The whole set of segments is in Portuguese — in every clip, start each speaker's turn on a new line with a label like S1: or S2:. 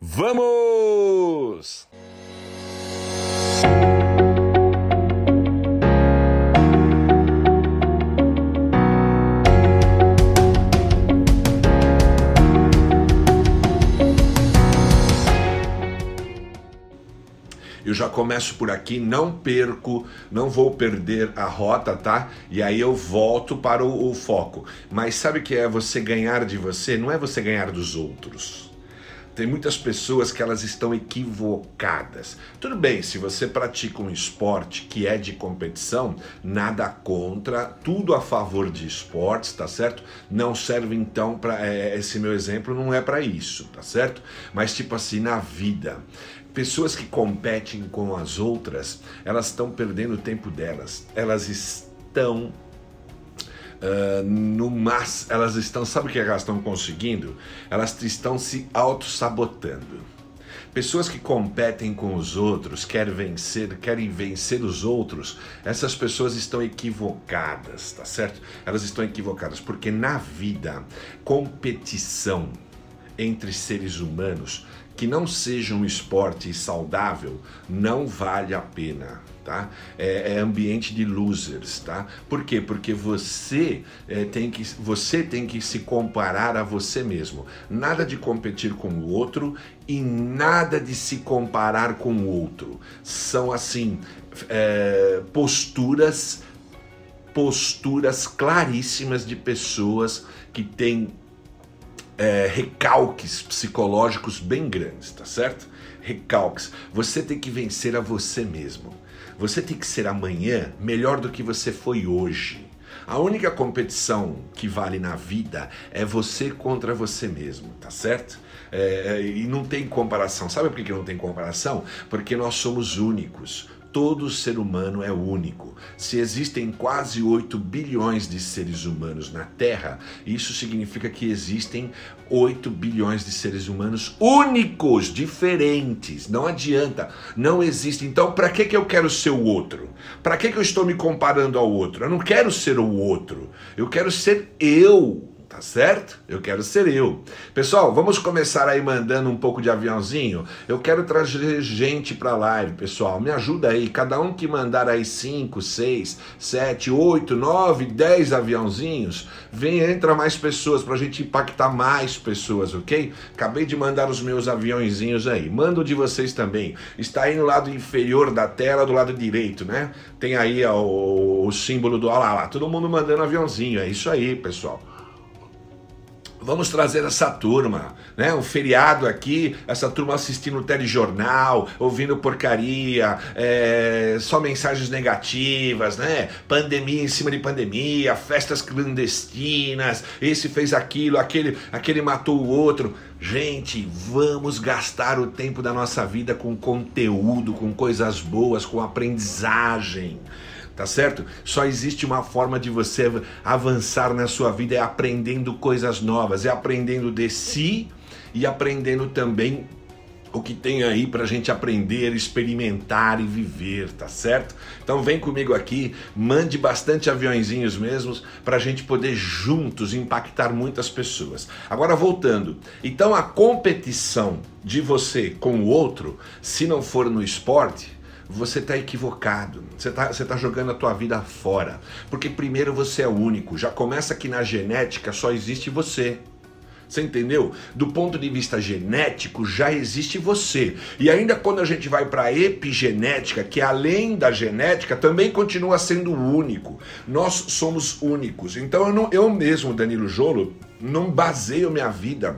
S1: Vamos! Eu já começo por aqui, não vou perder a rota, tá? E aí eu volto para o foco. Mas sabe o que é você ganhar de você? Não é você ganhar dos outros. Tem muitas pessoas que elas estão equivocadas. Tudo bem, se você pratica um esporte que é de competição, nada contra, tudo a favor de esportes, tá certo? Não serve então para esse meu exemplo não é para isso, tá certo? Mas tipo assim, na vida, pessoas que competem com as outras, elas estão perdendo o tempo delas. Elas estão sabe o que elas estão conseguindo? Elas estão se auto-sabotando. Pessoas que competem com os outros, querem vencer os outros, essas pessoas estão equivocadas, tá certo? Elas estão equivocadas, porque na vida, competição entre seres humanos que não seja um esporte saudável, não vale a pena, tá? É ambiente de losers, tá? Por quê? Porque você tem que se comparar a você mesmo. Nada de competir com o outro e nada de se comparar com o outro. São assim, posturas claríssimas de pessoas que têm recalques psicológicos bem grandes, tá certo? Recalques. Você tem que vencer a você mesmo. Você tem que ser amanhã melhor do que você foi hoje. A única competição que vale na vida é você contra você mesmo, tá certo? E não tem comparação. Sabe por que não tem comparação? Porque nós somos únicos. Todo ser humano é único. Se existem quase 8 bilhões de seres humanos na Terra, isso significa que existem 8 bilhões de seres humanos únicos, diferentes. Não adianta, não existe. Então, para que eu quero ser o outro? Para que eu estou me comparando ao outro? Eu não quero ser o outro, eu quero ser eu. Tá certo? Eu quero ser eu. Pessoal, vamos começar aí mandando um pouco de aviãozinho. Eu quero trazer gente pra live, pessoal. Me ajuda aí. Cada um que mandar aí 5, 6, 7, 8, 9, 10 aviãozinhos, entra mais pessoas pra gente impactar mais pessoas, ok? Acabei de mandar os meus aviãozinhos aí. Manda o de vocês também. Está aí no lado inferior da tela, do lado direito, né? Tem aí o símbolo do... Olha lá, todo mundo mandando aviãozinho. É isso aí, pessoal. Vamos trazer essa turma, né? Um feriado aqui, essa turma assistindo o telejornal, ouvindo porcaria, só mensagens negativas, né? Pandemia em cima de pandemia, festas clandestinas, esse fez aquilo, aquele matou o outro. Gente, vamos gastar o tempo da nossa vida com conteúdo, com coisas boas, com aprendizagem. Tá certo? Só existe uma forma de você avançar na sua vida, é aprendendo coisas novas, é aprendendo de si e aprendendo também o que tem aí pra gente aprender, experimentar e viver, tá certo? Então vem comigo aqui, mande bastante aviãozinhos mesmos pra gente poder juntos impactar muitas pessoas. Agora voltando, então a competição de você com o outro, se não for no esporte, você está equivocado, você tá jogando a tua vida fora, porque primeiro você é único, já começa que na genética só existe você. Você entendeu? Do ponto de vista genético, já existe você. E ainda quando a gente vai para a epigenética, que além da genética, também continua sendo único. Nós somos únicos. Então eu mesmo, Danilo Jolo, não baseio minha vida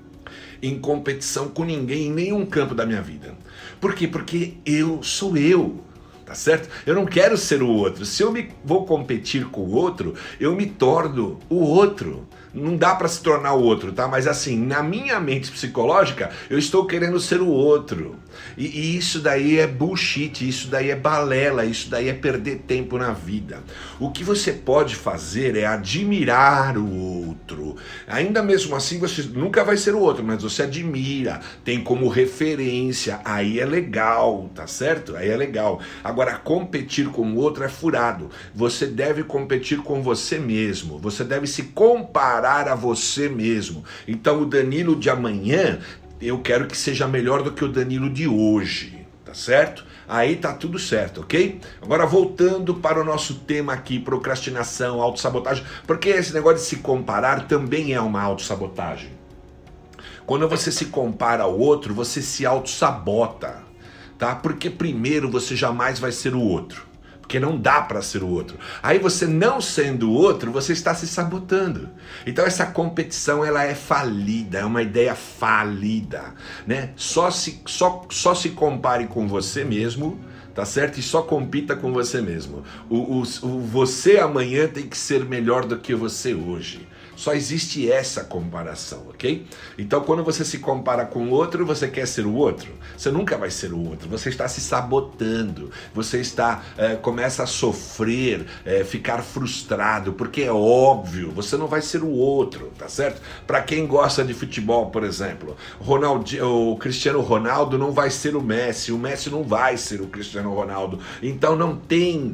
S1: em competição com ninguém, em nenhum campo da minha vida. Por quê? Porque eu sou eu. Tá certo? Eu não quero ser o outro. Se eu vou competir com o outro, eu me torno o outro. Não dá para se tornar o outro, tá? Mas assim, na minha mente psicológica, eu estou querendo ser o outro. E isso daí é bullshit, isso daí é balela, isso daí é perder tempo na vida. O que você pode fazer é admirar o outro. Ainda mesmo assim, você nunca vai ser o outro, mas você admira, tem como referência, aí é legal, tá certo? Aí é legal. Agora, competir com o outro é furado. Você deve competir com você mesmo, você deve se comparar a você mesmo. Então o Danilo de amanhã eu quero que seja melhor do que o Danilo de hoje, tá certo? Aí tá tudo certo, ok? Agora voltando para o nosso tema aqui, procrastinação, autossabotagem, porque esse negócio de se comparar também é uma autossabotagem. Quando você se compara ao outro, você se autossabota, tá? Porque primeiro você jamais vai ser o outro. Porque não dá para ser o outro. Aí você não sendo o outro, você está se sabotando. Então essa competição ela é falida, é uma ideia falida, né? Só se compare com você mesmo, tá certo? E só compita com você mesmo. Você amanhã tem que ser melhor do que você hoje. Só existe essa comparação, ok? Então, quando você se compara com o outro, você quer ser o outro. Você nunca vai ser o outro. Você está se sabotando. Você começa a sofrer, ficar frustrado, porque é óbvio, você não vai ser o outro, tá certo? Para quem gosta de futebol, por exemplo, o Cristiano Ronaldo não vai ser o Messi não vai ser o Cristiano Ronaldo. Então, não tem,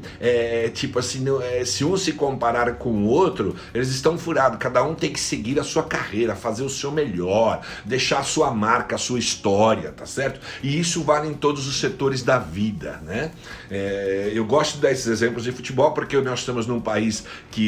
S1: se um se comparar com o outro, eles estão furados. Cada um tem que seguir a sua carreira, fazer o seu melhor, deixar a sua marca, a sua história, tá certo? E isso vale em todos os setores da vida, né? Eu gosto desses exemplos de futebol porque nós estamos num país que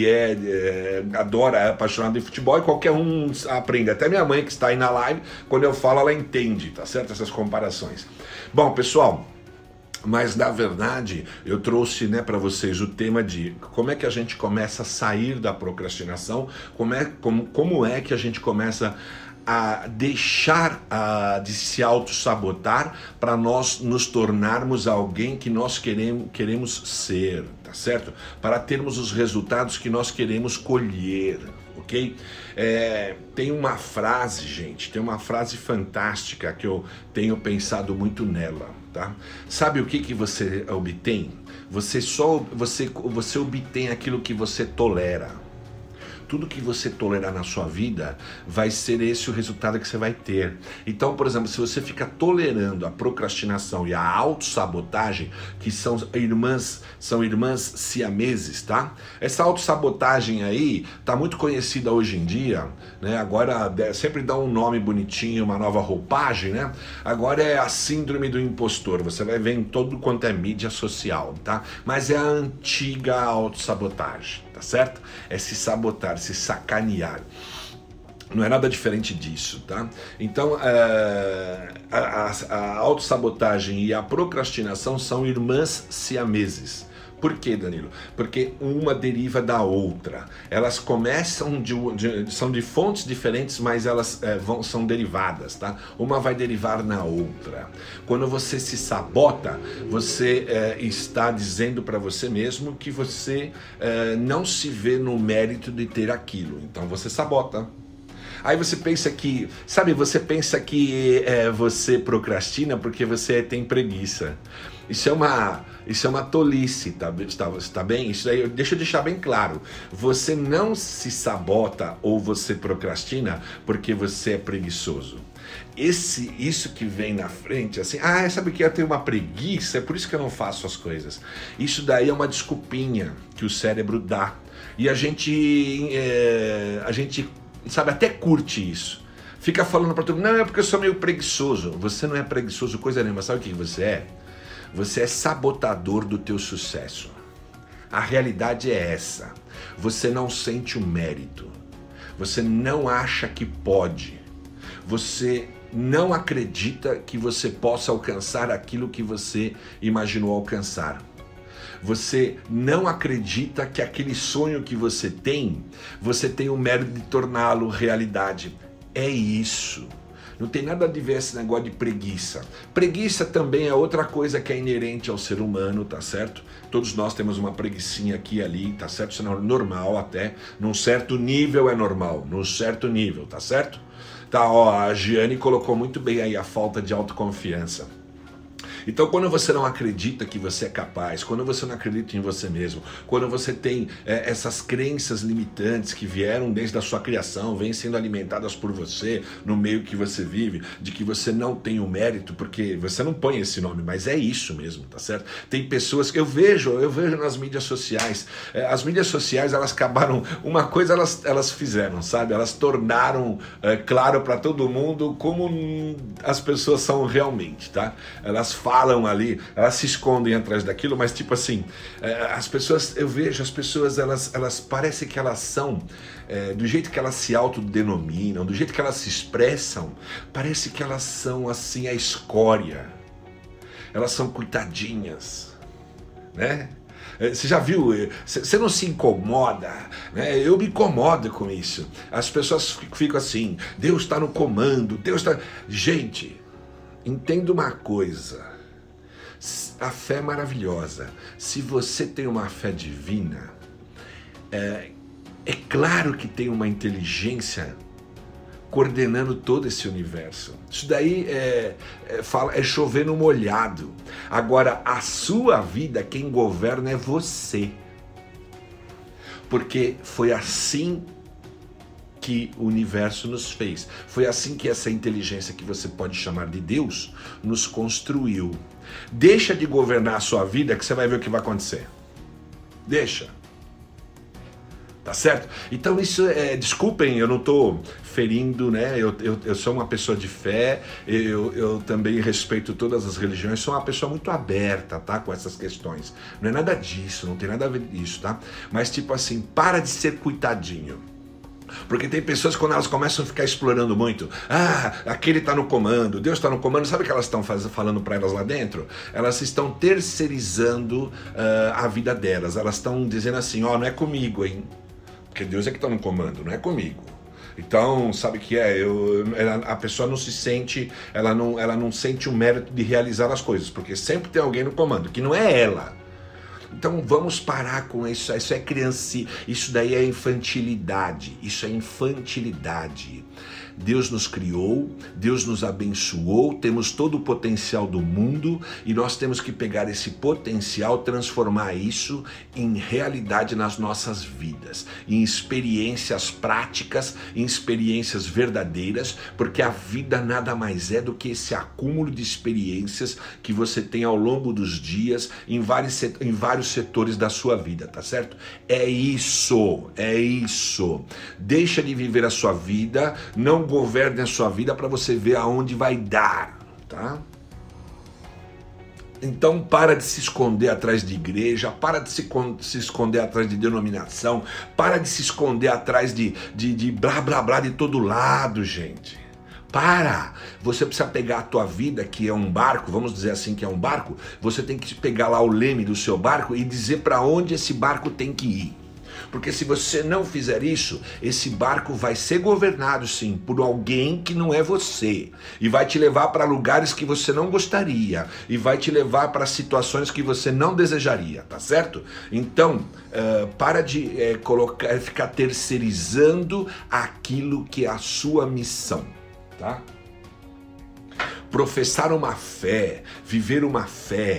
S1: é apaixonado em futebol e qualquer um aprende. Até minha mãe que está aí na live, quando eu falo, ela entende, tá certo? Essas comparações. Bom, pessoal, mas na verdade eu trouxe, né, para vocês o tema de como é que a gente começa a sair da procrastinação, como é que a gente começa a deixar de se auto-sabotar para nós nos tornarmos alguém que nós queremos ser, tá certo? Para termos os resultados que nós queremos colher, ok? Tem uma frase, gente, tem uma frase fantástica que eu tenho pensado muito nela, tá? Sabe o que você obtém? Você obtém aquilo que você tolera. Tudo que você tolerar na sua vida vai ser esse o resultado que você vai ter. Então, por exemplo, se você fica tolerando a procrastinação e a autossabotagem, que são irmãs siameses, tá? Essa autossabotagem aí tá muito conhecida hoje em dia, né? Agora sempre dá um nome bonitinho, uma nova roupagem, né? Agora é a síndrome do impostor. Você vai ver em todo quanto é mídia social, tá? Mas é a antiga autossabotagem. Tá certo? É se sabotar, se sacanear. Não é nada diferente disso, tá? Então, a autossabotagem e a procrastinação são irmãs siameses. Por quê, Danilo? Porque uma deriva da outra. Elas começam são de fontes diferentes, mas elas são derivadas, tá? Uma vai derivar na outra. Quando você se sabota, você está dizendo para você mesmo que você não se vê no mérito de ter aquilo. Então você sabota. Aí você pensa que, você procrastina porque você tem preguiça. Isso é uma tolice, tá bem? Isso aí, deixa eu deixar bem claro. Você não se sabota ou você procrastina porque você é preguiçoso. Isso que vem na frente, assim, sabe que eu tenho uma preguiça, é por isso que eu não faço as coisas. Isso daí é uma desculpinha que o cérebro dá. E a gente sabe, até curte isso. Fica falando pra todo mundo, não, é porque eu sou meio preguiçoso. Você não é preguiçoso coisa nenhuma, sabe o que você é? Você é sabotador do teu sucesso. A realidade é essa. Você não sente o mérito. Você não acha que pode. Você não acredita que você possa alcançar aquilo que você imaginou alcançar. Você não acredita que aquele sonho que você tem o mérito de torná-lo realidade. É isso. Não tem nada a ver esse negócio de preguiça. Preguiça também é outra coisa que é inerente ao ser humano, tá certo? Todos nós temos uma preguicinha aqui e ali, tá certo? Isso é normal até. Num certo nível é normal. Num certo nível, tá certo? Tá, a Giane colocou muito bem aí a falta de autoconfiança. Então, quando você não acredita que você é capaz, quando você não acredita em você mesmo, quando você tem essas crenças limitantes que vieram desde a sua criação, vêm sendo alimentadas por você no meio que você vive, de que você não tem o mérito, porque você não põe esse nome, mas é isso mesmo, tá certo? Tem pessoas que eu vejo nas mídias sociais, as mídias sociais, elas acabaram, uma coisa elas fizeram, sabe? Elas tornaram claro para todo mundo como as pessoas são realmente, tá? Elas falam ali, elas se escondem atrás daquilo, mas tipo assim, as pessoas, eu vejo as pessoas, elas parecem que elas são, do jeito que elas se autodenominam, do jeito que elas se expressam, parece que elas são assim a escória, elas são coitadinhas, né? Você já viu? Você não se incomoda, né? Eu me incomodo com isso. As pessoas ficam assim, Deus está no comando, Deus está... Gente, entenda uma coisa, a fé é maravilhosa. Se você tem uma fé divina, é claro que tem uma inteligência coordenando todo esse universo. Isso daí é chover no molhado. Agora, a sua vida, quem governa é você. Porque foi assim que o universo nos fez. Foi assim que essa inteligência que você pode chamar de Deus nos construiu. Deixa de governar a sua vida que você vai ver o que vai acontecer. Deixa. Tá certo? Então isso desculpem, eu não estou ferindo, né? Eu sou uma pessoa de fé, eu também respeito todas as religiões, sou uma pessoa muito aberta, tá? Com essas questões. Não é nada disso, não tem nada a ver com isso, tá? Mas tipo assim, para de ser coitadinho. Porque tem pessoas que quando elas começam a ficar explorando muito, aquele está no comando, Deus está no comando, sabe o que elas estão falando para elas lá dentro? Elas estão terceirizando a vida delas, elas estão dizendo assim, não é comigo, hein? Porque Deus é que está no comando, não é comigo. Então, sabe o que é? A pessoa não se sente, ela não sente o mérito de realizar as coisas, porque sempre tem alguém no comando, que não é ela. Então vamos parar com isso, isso é criança, isso daí é infantilidade, isso é infantilidade. Deus nos criou, Deus nos abençoou, temos todo o potencial do mundo e nós temos que pegar esse potencial, transformar isso em realidade nas nossas vidas, em experiências práticas, em experiências verdadeiras, porque a vida nada mais é do que esse acúmulo de experiências que você tem ao longo dos dias em vários setores da sua vida, tá certo? É isso. Deixa de viver a sua vida, não governe a sua vida para você ver aonde vai dar, tá? Então para de se esconder atrás de igreja, para de se esconder atrás de denominação, para de se esconder atrás de blá blá blá de todo lado, gente. Para! Você precisa pegar a tua vida, que é um barco, vamos dizer assim que é um barco, você tem que pegar lá o leme do seu barco e dizer para onde esse barco tem que ir. Porque se você não fizer isso, esse barco vai ser governado sim por alguém que não é você e vai te levar para lugares que você não gostaria e vai te levar para situações que você não desejaria, tá certo? Então, para de ficar terceirizando aquilo que é a sua missão, tá? Professar uma fé, viver uma fé,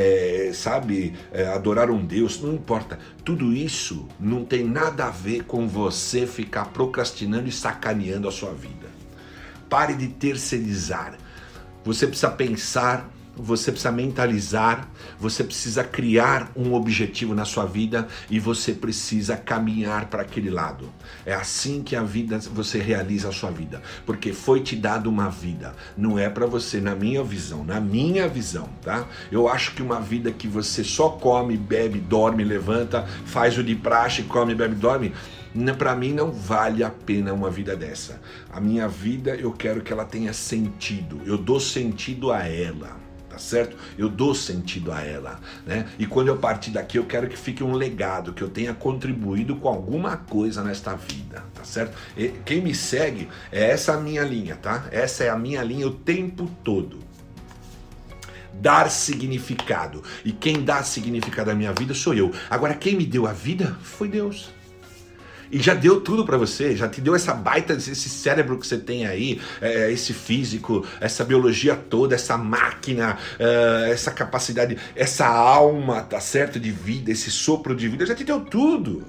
S1: adorar um Deus, não importa. Tudo isso não tem nada a ver com você ficar procrastinando e sacaneando a sua vida. Pare de terceirizar. Você precisa pensar, você precisa mentalizar, você precisa criar um objetivo na sua vida e você precisa caminhar para aquele lado. É assim que a vida, você realiza a sua vida, porque foi te dado uma vida, não é para você, na minha visão, tá? Eu acho que uma vida que você só come, bebe, dorme, levanta, faz o de praxe, come, bebe, dorme, para mim não vale a pena uma vida dessa. A minha vida, eu quero que ela tenha sentido, eu dou sentido a ela. Tá certo? Eu dou sentido a ela, né? E quando eu partir daqui, eu quero que fique um legado, que eu tenha contribuído com alguma coisa nesta vida, tá certo? E quem me segue, essa a minha linha, tá? Essa é a minha linha o tempo todo. Dar significado. E quem dá significado à minha vida sou eu. Agora, quem me deu a vida foi Deus. E já deu tudo para você, já te deu essa baita, esse cérebro que você tem aí, esse físico, essa biologia toda, essa máquina, essa capacidade, essa alma, tá certo, de vida, esse sopro de vida, já te deu tudo.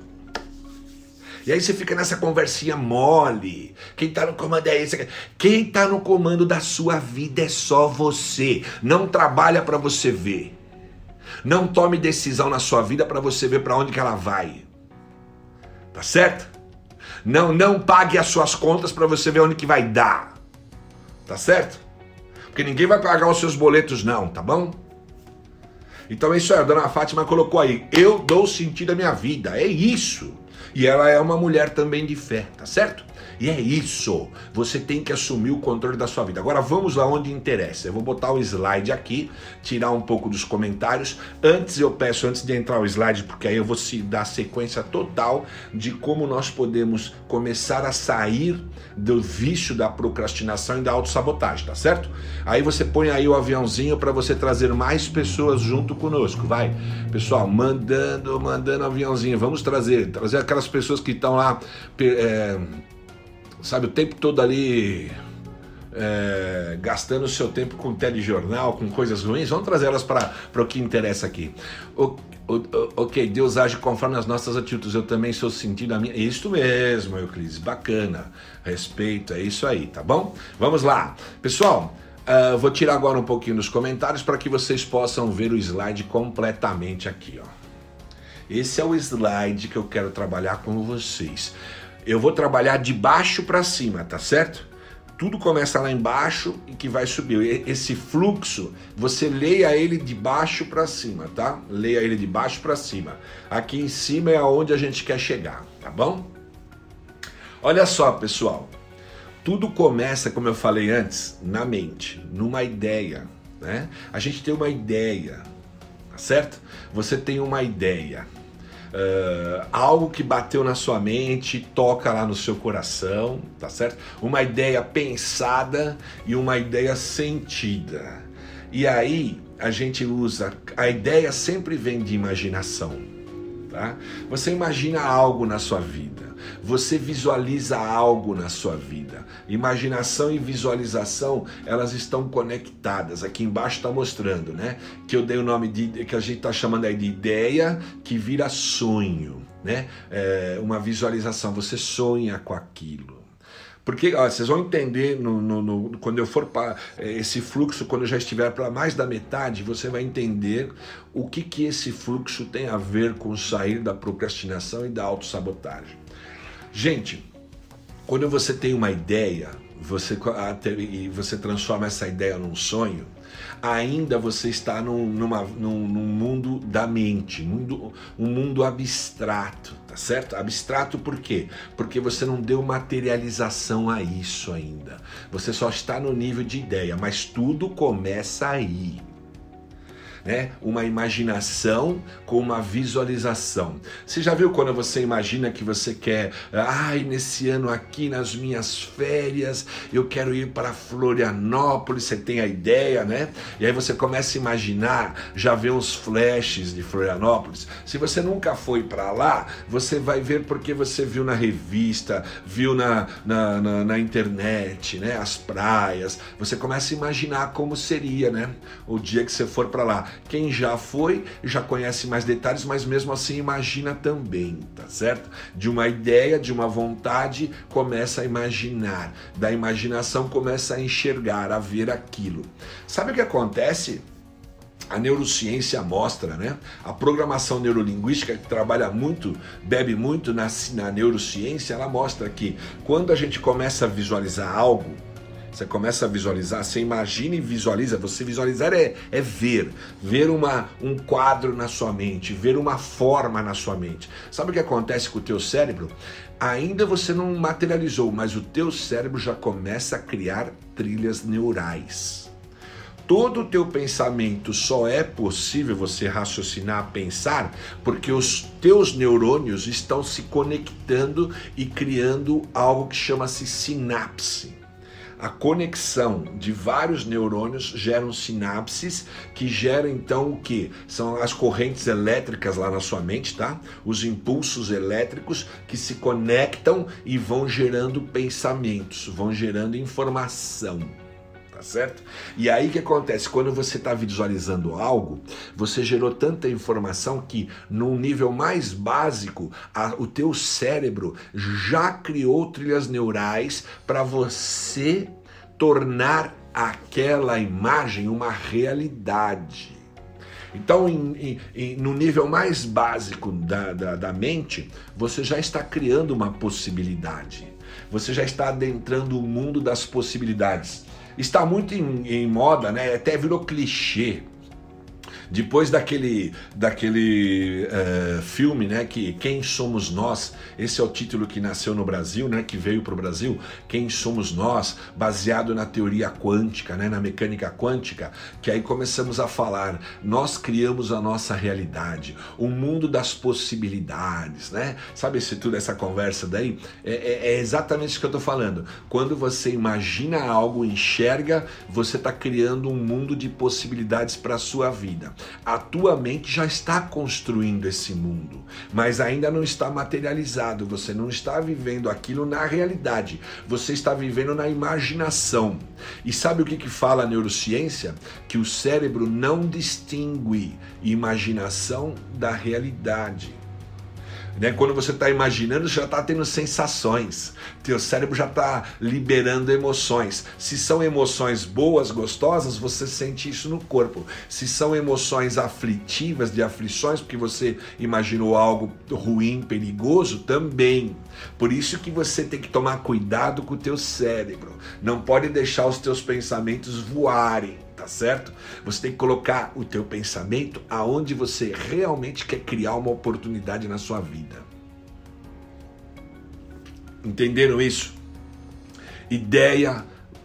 S1: E aí você fica nessa conversinha mole. Quem tá no comando é esse. Quem tá no comando da sua vida é só você. Não trabalha para você ver. Não tome decisão na sua vida para você ver para onde que ela vai. Tá certo? Não pague as suas contas para você ver onde que vai dar. Tá certo? Porque ninguém vai pagar os seus boletos não, tá bom? Então é isso aí, a dona Fátima colocou aí. Eu dou sentido à minha vida, é isso. E ela é uma mulher também de fé, tá certo? E é isso, você tem que assumir o controle da sua vida. Agora vamos lá onde interessa. Eu vou botar o slide aqui, tirar um pouco dos comentários. Antes de entrar o slide, porque aí eu vou dar a sequência total de como nós podemos começar a sair do vício da procrastinação e da autossabotagem, tá certo? Aí você põe aí o aviãozinho para você trazer mais pessoas junto conosco, vai. Pessoal, mandando aviãozinho, vamos trazer aquelas pessoas que estão lá... sabe, o tempo todo ali gastando o seu tempo com telejornal, com coisas ruins, vamos trazer elas para o que interessa aqui. Ok, Deus age conforme as nossas atitudes, eu também sou sentido a minha... Isso mesmo, Euclides, bacana, respeito, é isso aí, tá bom? Vamos lá, pessoal, vou tirar agora um pouquinho dos comentários para que vocês possam ver o slide completamente aqui, ó. Esse é o slide que eu quero trabalhar com vocês. Eu vou trabalhar de baixo para cima, tá certo? Tudo começa lá embaixo e que vai subir. Esse fluxo, você leia ele de baixo para cima, tá? Leia ele de baixo para cima. Aqui em cima é aonde a gente quer chegar, tá bom? Olha só, pessoal. Tudo começa, como eu falei antes, na mente, numa ideia, né? A gente tem uma ideia, tá certo? Você tem uma ideia. Algo que bateu na sua mente, toca lá no seu coração, tá certo? Uma ideia pensada e uma ideia sentida. E aí a gente usa, a ideia sempre vem de imaginação, tá? Você imagina algo na sua vida, você visualiza algo na sua vida. Imaginação e visualização, elas estão conectadas. Aqui embaixo está mostrando, né? Que eu dei o nome que a gente está chamando aí de ideia que vira sonho, né? Uma visualização, você sonha com aquilo. Porque vocês vão entender quando eu for para esse fluxo, quando eu já estiver para mais da metade, você vai entender o que esse fluxo tem a ver com sair da procrastinação e da autossabotagem. Gente, quando você tem uma ideia, e você transforma essa ideia num sonho, ainda você está num mundo da mente, um mundo abstrato, tá certo? Abstrato por quê? Porque você não deu materialização a isso ainda. Você só está no nível de ideia, mas tudo começa aí. Né? Uma imaginação com uma visualização. Você já viu quando você imagina que você quer, nesse ano aqui nas minhas férias eu quero ir para Florianópolis, você tem a ideia, né? E aí você começa a imaginar, já vê uns flashes de Florianópolis. Se você nunca foi para lá, você vai ver porque você viu na revista, viu na internet, né? As praias, você começa a imaginar como seria, né? O dia que você for para lá. Quem já foi, já conhece mais detalhes, mas mesmo assim imagina também, tá certo? De uma ideia, de uma vontade, começa a imaginar. Da imaginação começa a enxergar, a ver aquilo. Sabe o que acontece? A neurociência mostra, né? A programação neurolinguística, que trabalha muito, bebe muito na neurociência, ela mostra que quando a gente começa a visualizar algo, você começa a visualizar, você imagina e visualiza. Você visualizar é ver um quadro na sua mente, ver uma forma na sua mente. Sabe o que acontece com o teu cérebro? Ainda você não materializou, mas o teu cérebro já começa a criar trilhas neurais. Todo o teu pensamento só é possível você raciocinar, pensar, porque os teus neurônios estão se conectando e criando algo que chama-se sinapse. a conexão de vários neurônios geram sinapses, que geram então o que? São as correntes elétricas lá na sua mente, tá? Os impulsos elétricos que se conectam e vão gerando pensamentos, vão gerando informação. Tá certo? E aí o que acontece? Quando você está visualizando algo, você gerou tanta informação que num nível mais básico, o teu cérebro já criou trilhas neurais para você tornar aquela imagem uma realidade. Então, no nível mais básico da mente, você já está criando uma possibilidade. Você já está adentrando o mundo das possibilidades. Está muito em moda, né? Até virou clichê. Depois daquele filme, né, que Quem Somos Nós, esse é o título que nasceu no Brasil, né, que veio para o Brasil, Quem Somos Nós, baseado na teoria quântica, né, na mecânica quântica, que aí começamos a falar, nós criamos a nossa realidade, o mundo das possibilidades, né? Sabe essa conversa daí? É exatamente isso que eu estou falando. Quando você imagina algo, enxerga, você está criando um mundo de possibilidades para a sua vida. A tua mente já está construindo esse mundo, mas ainda não está materializado, você não está vivendo aquilo na realidade, você está vivendo na imaginação. E sabe o que fala a neurociência? Que o cérebro não distingue imaginação da realidade. Né? Quando você está imaginando, você já está tendo sensações, teu cérebro já está liberando emoções. Se são emoções boas, gostosas, você sente isso no corpo. Se são emoções aflitivas, de aflições, porque você imaginou algo ruim, perigoso, também. Por isso que você tem que tomar cuidado com o teu cérebro. Não pode deixar os teus pensamentos voarem. Tá certo? Você tem que colocar o teu pensamento aonde você realmente quer criar uma oportunidade na sua vida. Entenderam isso? Ideia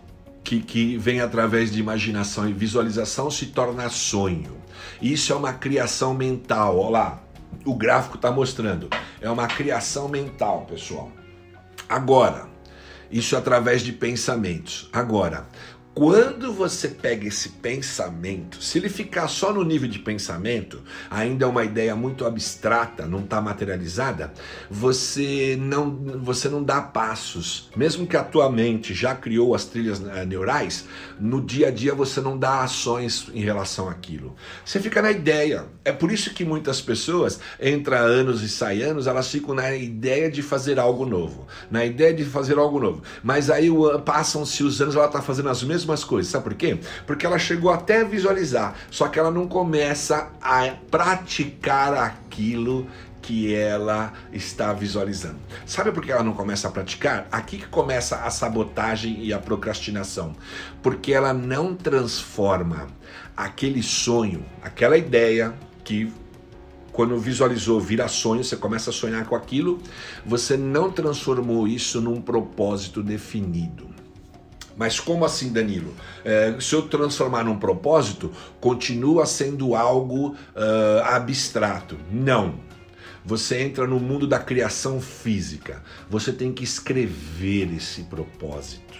S1: que vem através de imaginação e visualização se torna sonho. Isso é uma criação mental. Olha lá, o gráfico está mostrando. É uma criação mental, pessoal. Agora, isso através de pensamentos. Agora, quando você pega esse pensamento, se ele ficar só no nível de pensamento, ainda é uma ideia muito abstrata, não está materializada, você não dá passos. Mesmo que a tua mente já criou as trilhas neurais, no dia a dia você não dá ações em relação àquilo. Você fica na ideia. É por isso que muitas pessoas, entra anos e sai anos, elas ficam na ideia de fazer algo novo. Na ideia de fazer algo novo. Mas aí passam-se os anos, ela está fazendo as mesmas coisas, sabe por quê? Porque ela chegou até a visualizar, só que ela não começa a praticar aquilo que ela está visualizando. Sabe por que ela não começa a praticar? Aqui que começa a sabotagem e a procrastinação. Porque ela não transforma aquele sonho, aquela ideia que quando visualizou vira sonho, você começa a sonhar com aquilo, você não transformou isso num propósito definido. Mas como assim, Danilo? Se eu transformar num propósito, continua sendo algo abstrato. Não. Você entra no mundo da criação física. Você tem que escrever esse propósito.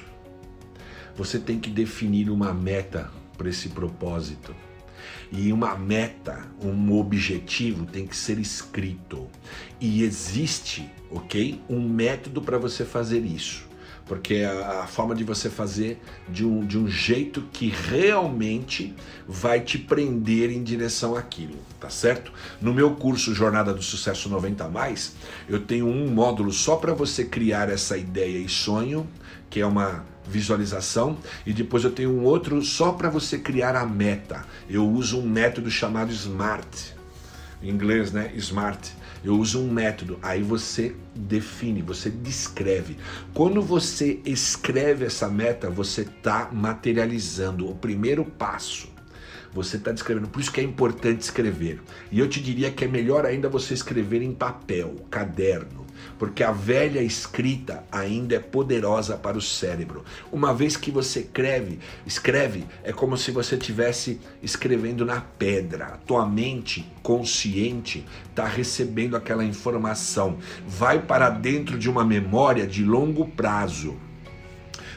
S1: Você tem que definir uma meta para esse propósito. E uma meta, um objetivo tem que ser escrito. E existe, ok? Um método para você fazer isso. Porque é a forma de você fazer de um jeito que realmente vai te prender em direção àquilo, tá certo? No meu curso Jornada do Sucesso 90+, eu tenho um módulo só para você criar essa ideia e sonho, que é uma visualização, e depois eu tenho um outro só para você criar a meta. Eu uso um método chamado SMART, em inglês, né? SMART. Eu uso um método, aí você define, você descreve. Quando você escreve essa meta, você está materializando o primeiro passo. Você está descrevendo, por isso que é importante escrever. E eu te diria que é melhor ainda você escrever em papel, caderno, porque a velha escrita ainda é poderosa para o cérebro. Uma vez que você escreve, é como se você estivesse escrevendo na pedra. A tua mente consciente está recebendo aquela informação, vai para dentro de uma memória de longo prazo.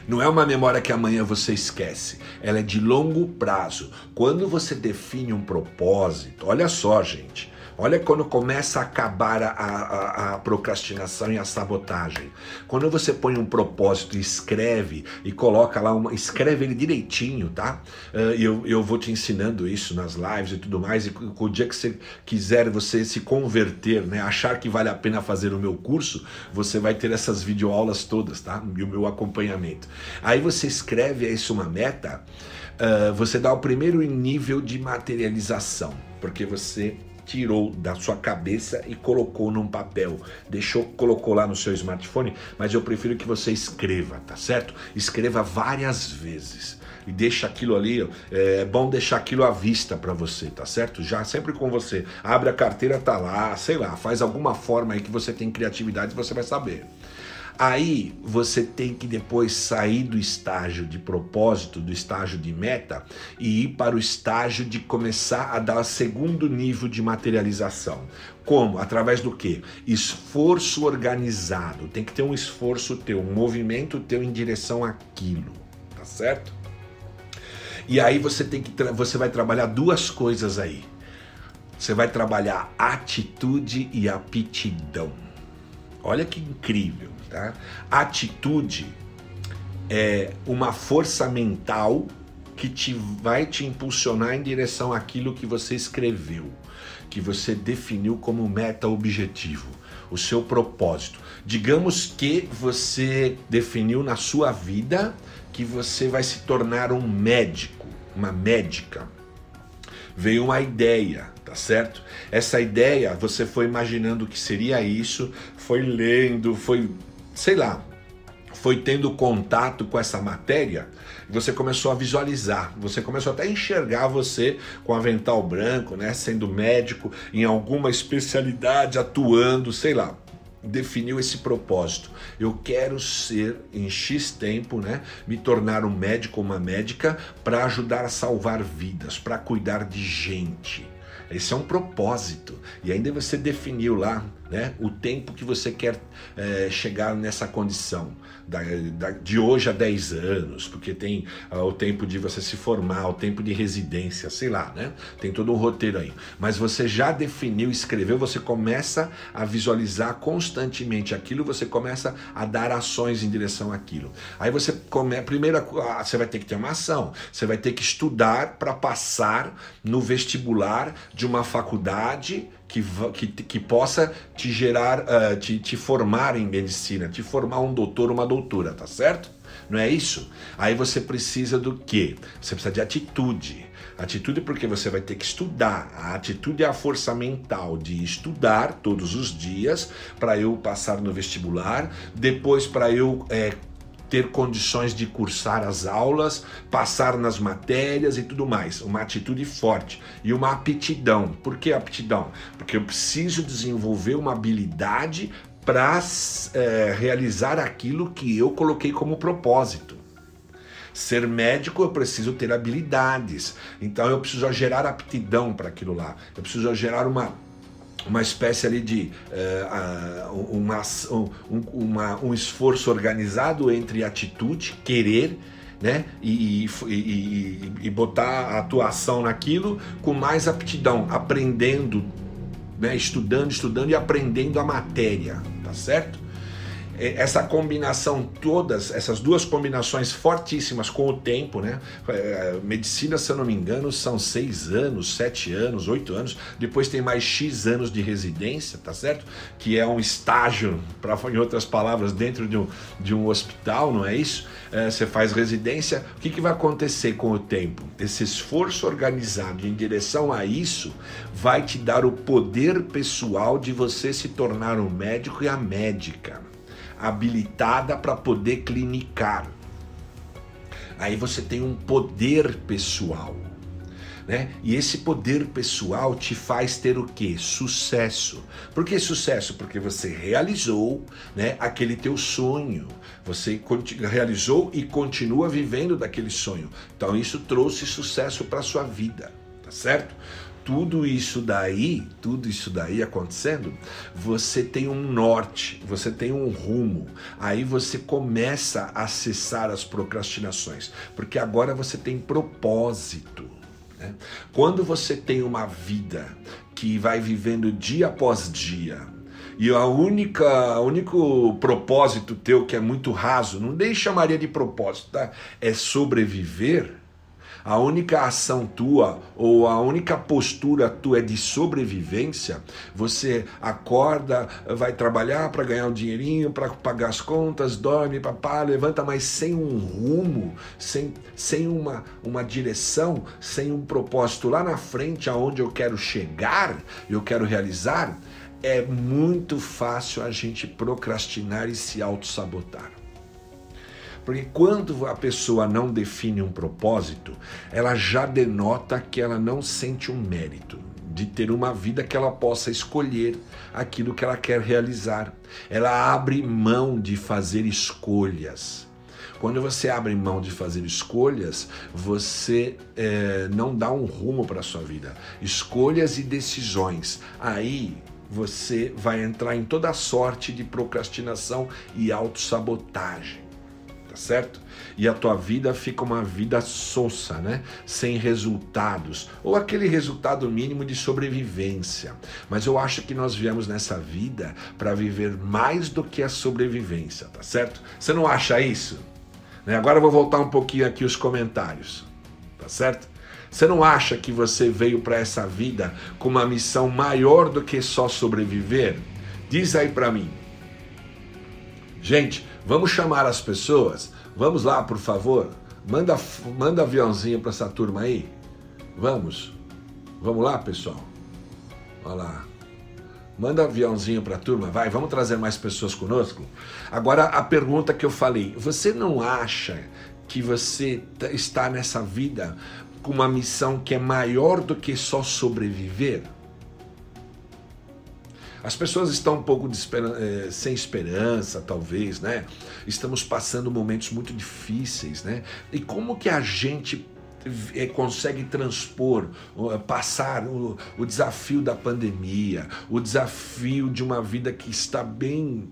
S1: Não é uma memória que amanhã você esquece, ela é de longo prazo. Quando você define um propósito, olha só, gente, olha quando começa a acabar a procrastinação e a sabotagem. Quando você põe um propósito e escreve e coloca lá, escreve ele direitinho, tá? Eu vou te ensinando isso nas lives e tudo mais, e o dia que você quiser você se converter, né, achar que vale a pena fazer o meu curso, você vai ter essas videoaulas todas, tá? E o meu acompanhamento. Aí você escreve isso uma meta, você dá o primeiro nível de materialização, porque você tirou da sua cabeça e colocou num papel, colocou lá no seu smartphone, mas eu prefiro que você escreva, tá certo? Escreva várias vezes e deixa aquilo ali, é bom deixar aquilo à vista para você, tá certo? Já sempre com você, abre a carteira, tá lá, sei lá, faz alguma forma aí que você tem criatividade e você vai saber. Aí você tem que depois sair do estágio de propósito, do estágio de meta e ir para o estágio de começar a dar o segundo nível de materialização. Como? Através do quê? Esforço organizado. Tem que ter um esforço teu, um movimento teu em direção àquilo, tá certo? E aí você vai trabalhar duas coisas aí. Você vai trabalhar atitude e aptidão. Olha que incrível, tá? Atitude é uma força mental que vai te impulsionar em direção àquilo que você escreveu, que você definiu como meta-objetivo, o seu propósito. Digamos que você definiu na sua vida que você vai se tornar um médico, uma médica. Veio uma ideia, tá certo? Essa ideia, você foi imaginando que seria isso, foi lendo, foi, sei lá, foi tendo contato com essa matéria, e você começou a visualizar, você começou até a enxergar você com avental branco, né, sendo médico, em alguma especialidade, atuando, sei lá. Definiu esse propósito. Eu quero ser, em X tempo, né, me tornar um médico ou uma médica para ajudar a salvar vidas, para cuidar de gente. Esse é um propósito. E ainda você definiu lá, né, o tempo que você quer chegar nessa condição. De hoje a 10 anos, porque tem o tempo de você se formar, o tempo de residência, sei lá, né? Tem todo um roteiro aí. Mas você já definiu, escreveu, você começa a visualizar constantemente aquilo, você começa a dar ações em direção àquilo. Aí você primeiro você vai ter que ter uma ação, você vai ter que estudar para passar no vestibular de uma faculdade que possa te gerar, te formar em medicina, te formar um doutor, uma doutora, tá certo? Não é isso? Aí você precisa do quê? Você precisa de atitude. Atitude porque você vai ter que estudar. A atitude é a força mental de estudar todos os dias para eu passar no vestibular, depois para eu ter condições de cursar as aulas, passar nas matérias e tudo mais. Uma atitude forte e uma aptidão. Por que aptidão? Porque eu preciso desenvolver uma habilidade para realizar aquilo que eu coloquei como propósito. Ser médico, eu preciso ter habilidades. Então eu preciso gerar aptidão para aquilo lá. Eu preciso gerar uma espécie ali de um esforço organizado entre atitude, querer, né, e botar a atuação naquilo com mais aptidão, aprendendo, né, estudando e aprendendo a matéria, tá certo? Essa combinação, todas essas duas combinações fortíssimas com o tempo, né? Medicina, se eu não me engano, são 6 anos, 7 anos, 8 anos, depois tem mais X anos de residência, tá certo? Que é um estágio, em outras palavras, dentro de um hospital, não é isso? Você faz residência, o que vai acontecer com o tempo? Esse esforço organizado em direção a isso vai te dar o poder pessoal de você se tornar um médico e a médica habilitada para poder clinicar. Aí você tem um poder pessoal, né? E esse poder pessoal te faz ter o quê? Sucesso. Por que sucesso? Porque você realizou, né, aquele teu sonho. Você realizou e continua vivendo daquele sonho. Então isso trouxe sucesso para sua vida, tá certo? tudo isso daí acontecendo, você tem um norte, você tem um rumo. Aí você começa a cessar as procrastinações, porque agora você tem propósito, né? Quando você tem uma vida que vai vivendo dia após dia, e o único propósito teu que é muito raso, não nem chamaria de propósito, tá? É sobreviver. A única ação tua ou a única postura tua é de sobrevivência. Você acorda, vai trabalhar para ganhar um dinheirinho, para pagar as contas, dorme, papá, levanta, mas sem um rumo, sem uma direção, sem um propósito lá na frente aonde eu quero chegar, eu quero realizar. É muito fácil a gente procrastinar e se auto-sabotar. Porque quando a pessoa não define um propósito, ela já denota que ela não sente um mérito de ter uma vida que ela possa escolher aquilo que ela quer realizar. Ela abre mão de fazer escolhas. Quando você abre mão de fazer escolhas, você não dá um rumo para a sua vida. Escolhas e decisões. Aí você vai entrar em toda sorte de procrastinação e autossabotagem, tá certo? E a tua vida fica uma vida sossa, né? Sem resultados, ou aquele resultado mínimo de sobrevivência. Mas eu acho que nós viemos nessa vida para viver mais do que a sobrevivência, tá certo? Você não acha isso? Agora eu vou voltar um pouquinho aqui os comentários, tá certo? Você não acha que você veio para essa vida com uma missão maior do que só sobreviver? Diz aí para mim. Gente, vamos chamar as pessoas? Vamos lá, por favor. Manda aviãozinho para essa turma aí. Vamos lá, pessoal. Olha lá. Manda aviãozinho para a turma, vai, vamos trazer mais pessoas conosco. Agora a pergunta que eu falei, você não acha que você está nessa vida com uma missão que é maior do que só sobreviver? As pessoas estão um pouco sem esperança, talvez, né? Estamos passando momentos muito difíceis, né? E como que a gente consegue passar o desafio da pandemia, o desafio de uma vida que está bem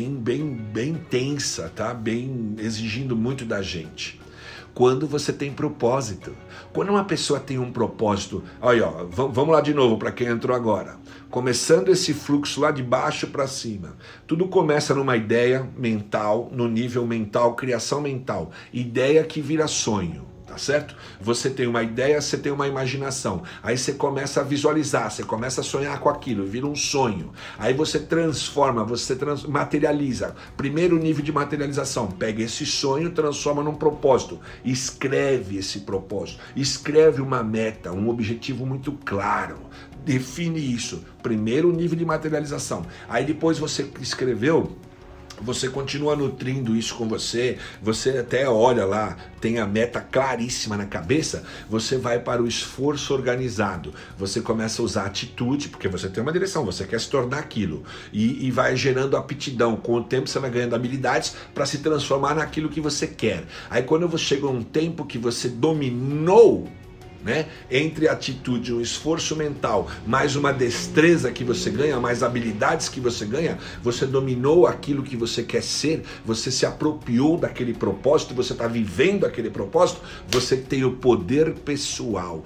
S1: tensa, tá? Bem exigindo muito da gente. Quando você tem propósito. Quando uma pessoa tem um propósito, olha, ó, vamos lá de novo para quem entrou agora. Começando esse fluxo lá de baixo para cima. Tudo começa numa ideia mental, no nível mental, criação mental. Ideia que vira sonho. Tá certo? Você tem uma ideia, você tem uma imaginação. Aí você começa a visualizar, você começa a sonhar com aquilo, vira um sonho. Aí você transforma, materializa. Primeiro nível de materialização, pega esse sonho, transforma num propósito. Escreve esse propósito. Escreve uma meta, um objetivo muito claro. Define isso. Primeiro nível de materialização. Aí depois você escreveu, você continua nutrindo isso com você até olha lá, tem a meta claríssima na cabeça, você vai para o esforço organizado, você começa a usar atitude, porque você tem uma direção, você quer se tornar aquilo, e vai gerando aptidão, com o tempo você vai ganhando habilidades para se transformar naquilo que você quer. Aí quando você chega a um tempo que você dominou, né? Entre a atitude, um esforço mental, mais uma destreza que você ganha, mais habilidades que você ganha, você dominou aquilo que você quer ser, você se apropriou daquele propósito, você está vivendo aquele propósito, você tem o poder pessoal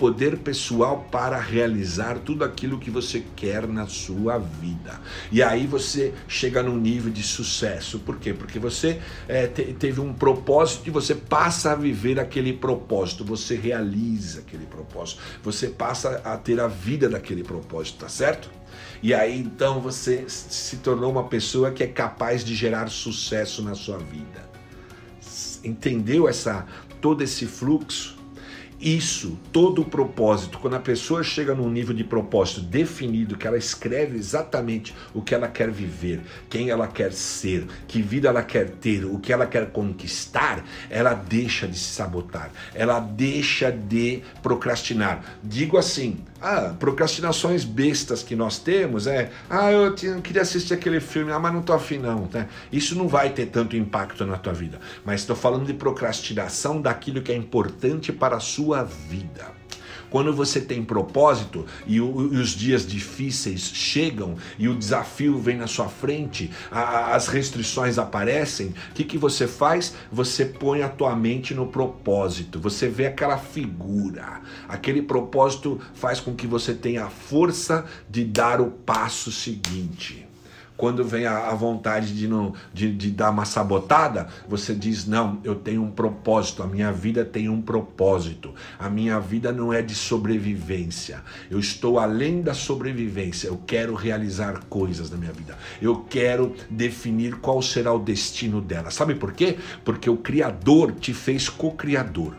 S1: para realizar tudo aquilo que você quer na sua vida. E aí você chega num nível de sucesso. Por quê? Porque você teve um propósito e você passa a viver aquele propósito, você realiza aquele propósito, você passa a ter a vida daquele propósito, tá certo? E aí então você se tornou uma pessoa que é capaz de gerar sucesso na sua vida. Entendeu todo esse fluxo? Isso, todo o propósito, quando a pessoa chega num nível de propósito definido, que ela escreve exatamente o que ela quer viver, quem ela quer ser, que vida ela quer ter, o que ela quer conquistar, ela deixa de se sabotar, ela deixa de procrastinar. Digo assim, procrastinações bestas que nós temos eu queria assistir aquele filme, mas não tô afim não, tá? Isso não vai ter tanto impacto na tua vida, mas estou falando de procrastinação daquilo que é importante para a sua vida. Quando você tem propósito e os dias difíceis chegam e o desafio vem na sua frente, as restrições aparecem, o que você faz? Você põe a tua mente no propósito, você vê aquela figura, aquele propósito faz com que você tenha a força de dar o passo seguinte. Quando vem a vontade de dar uma sabotada, você diz, não, eu tenho um propósito, a minha vida tem um propósito. A minha vida não é de sobrevivência. Eu estou além da sobrevivência. Eu quero realizar coisas na minha vida. Eu quero definir qual será o destino dela. Sabe por quê? Porque o Criador te fez co-criador.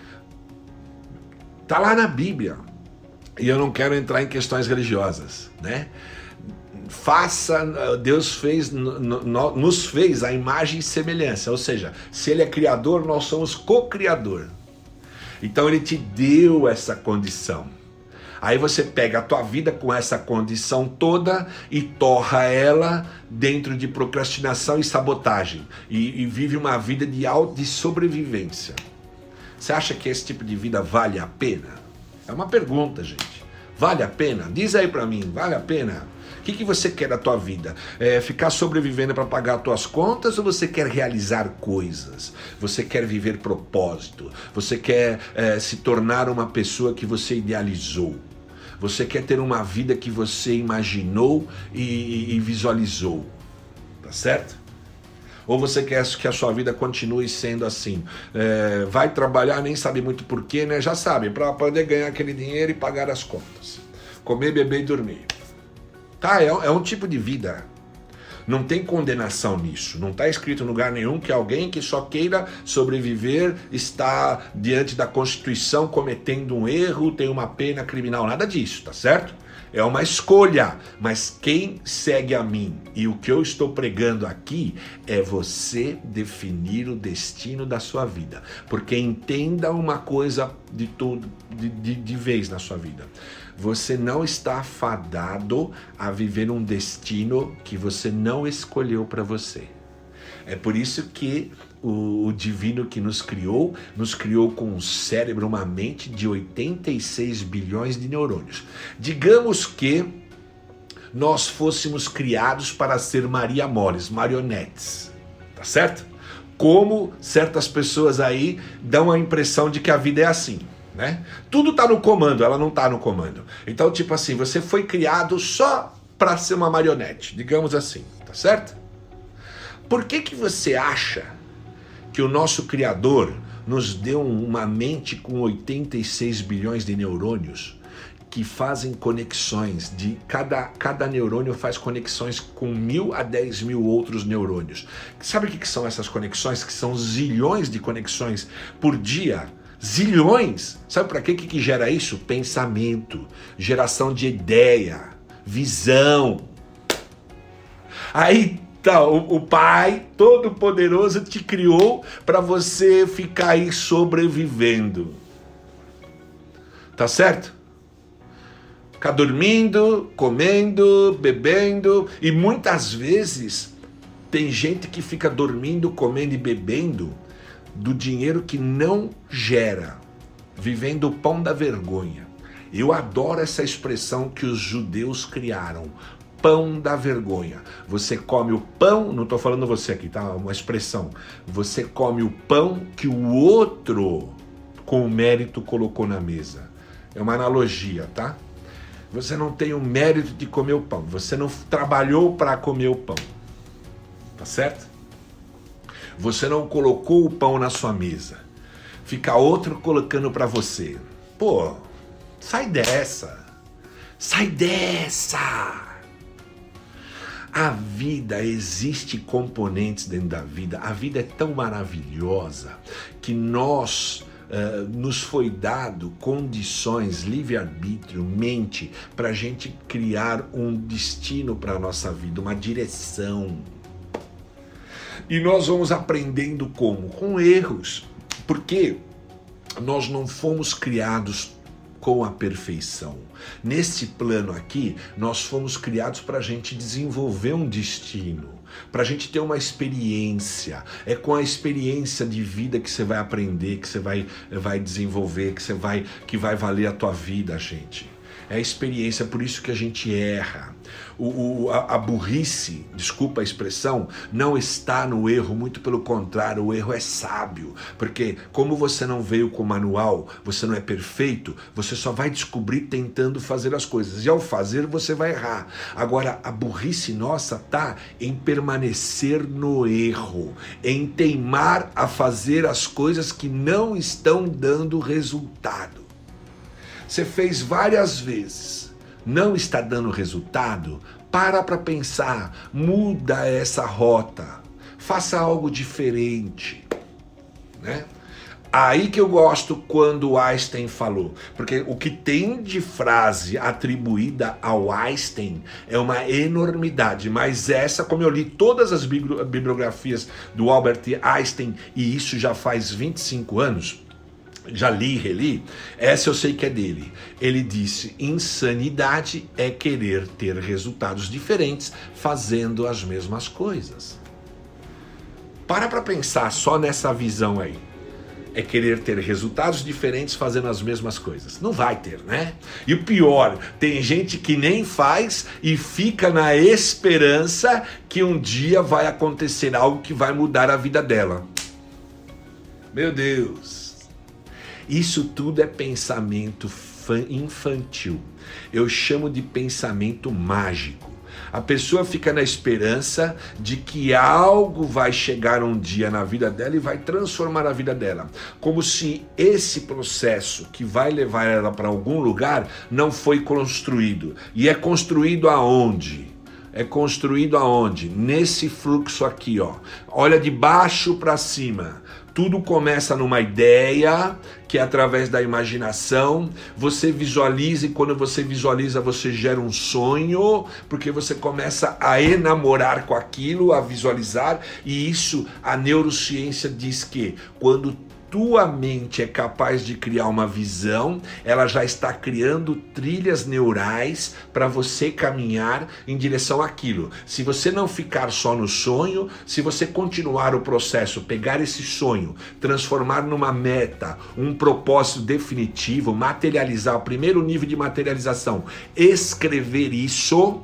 S1: Está lá na Bíblia. E eu não quero entrar em questões religiosas, né? Deus nos fez a imagem e semelhança, ou seja, se Ele é criador, nós somos co-criador. Então Ele te deu essa condição. Aí você pega a tua vida com essa condição toda e torra ela dentro de procrastinação e sabotagem e vive uma vida de sobrevivência. Você acha que esse tipo de vida vale a pena? É uma pergunta, gente. Vale a pena? Diz aí pra mim, vale a pena? O que você quer da tua vida? Ficar sobrevivendo para pagar as tuas contas ou você quer realizar coisas? Você quer viver propósito? Você quer se tornar uma pessoa que você idealizou? Você quer ter uma vida que você imaginou e visualizou? Tá certo? Ou você quer que a sua vida continue sendo assim? Vai trabalhar, nem sabe muito porquê, né? Já sabe, para poder ganhar aquele dinheiro e pagar as contas. Comer, beber e dormir. Tá, é um tipo de vida. Não tem condenação nisso. Não está escrito em lugar nenhum que alguém que só queira sobreviver está diante da Constituição cometendo um erro, tem uma pena criminal. Nada disso, tá certo? É uma escolha. Mas quem segue a mim e o que eu estou pregando aqui é você definir o destino da sua vida. Porque entenda uma coisa de vez na sua vida. Você não está fadado a viver um destino que você não escolheu para você. É por isso que o divino que nos criou com um cérebro, uma mente de 86 bilhões de neurônios. Digamos que nós fôssemos criados para ser Maria Moles, marionetes, tá certo? Como certas pessoas aí dão a impressão de que a vida é assim. Né? Tudo está no comando, ela não está no comando. Então, tipo assim, você foi criado só para ser uma marionete, digamos assim, tá certo? Por que você acha que o nosso Criador nos deu uma mente com 86 bilhões de neurônios que fazem conexões, cada neurônio faz conexões com 1.000 a 10.000 outros neurônios. Sabe o que são essas conexões? Que são zilhões de conexões por dia. Zilhões! Sabe para que gera isso? Pensamento, geração de ideia, visão. Aí tá, o Pai Todo-Poderoso te criou para você ficar aí sobrevivendo. Tá certo? Ficar dormindo, comendo, bebendo, e muitas vezes tem gente que fica dormindo, comendo e bebendo do dinheiro que não gera, vivendo o pão da vergonha. Eu adoro essa expressão que os judeus criaram, pão da vergonha. Você come o pão, não estou falando você aqui, tá? Uma expressão. Você come o pão que o outro, com o mérito, colocou na mesa. É uma analogia, tá? Você não tem o mérito de comer o pão. Você não trabalhou para comer o pão. Tá certo? Você não colocou o pão na sua mesa. Fica outro colocando para você. Pô, sai dessa. Sai dessa. A vida, existe componentes dentro da vida. A vida é tão maravilhosa que nos foi dado condições, livre-arbítrio, mente, para a gente criar um destino para a nossa vida, uma direção. E nós vamos aprendendo como? Com erros. Porque nós não fomos criados com a perfeição. Nesse plano aqui, nós fomos criados para a gente desenvolver um destino, para a gente ter uma experiência. É com a experiência de vida que você vai aprender, que você vai desenvolver, que vai valer a tua vida, gente. É a experiência, por isso que a gente erra. A burrice, desculpa a expressão, não está no erro, muito pelo contrário, o erro é sábio, porque como você não veio com manual, você não é perfeito, você só vai descobrir tentando fazer as coisas, e ao fazer você vai errar. Agora, a burrice nossa está em permanecer no erro, em teimar a fazer as coisas que não estão dando resultado. Você fez várias vezes, não está dando resultado, para pensar, muda essa rota, faça algo diferente, né? Aí que eu gosto quando Einstein falou, porque o que tem de frase atribuída ao Einstein é uma enormidade, mas essa, como eu li todas as bibliografias do Albert Einstein, e isso já faz 25 anos, já li e reli, essa eu sei que é dele. Ele disse: insanidade é querer ter resultados diferentes fazendo as mesmas coisas. Para pensar só nessa visão aí. É querer ter resultados diferentes fazendo as mesmas coisas. Não vai ter, né? E o pior, tem gente que nem faz e fica na esperança que um dia vai acontecer algo que vai mudar a vida dela. Meu Deus! Isso tudo é pensamento infantil. Eu chamo de pensamento mágico. A pessoa fica na esperança de que algo vai chegar um dia na vida dela e vai transformar a vida dela. Como se esse processo que vai levar ela para algum lugar não foi construído. E é construído aonde? É construído aonde? Nesse fluxo aqui, ó. Olha de baixo para cima. Tudo começa numa ideia, que é através da imaginação, você visualiza, e quando você visualiza, você gera um sonho, porque você começa a enamorar com aquilo, a visualizar, e isso, a neurociência diz que quando tua mente é capaz de criar uma visão, ela já está criando trilhas neurais para você caminhar em direção àquilo. Se você não ficar só no sonho, se você continuar o processo, pegar esse sonho, transformar numa meta, um propósito definitivo, materializar, o primeiro nível de materialização, escrever isso,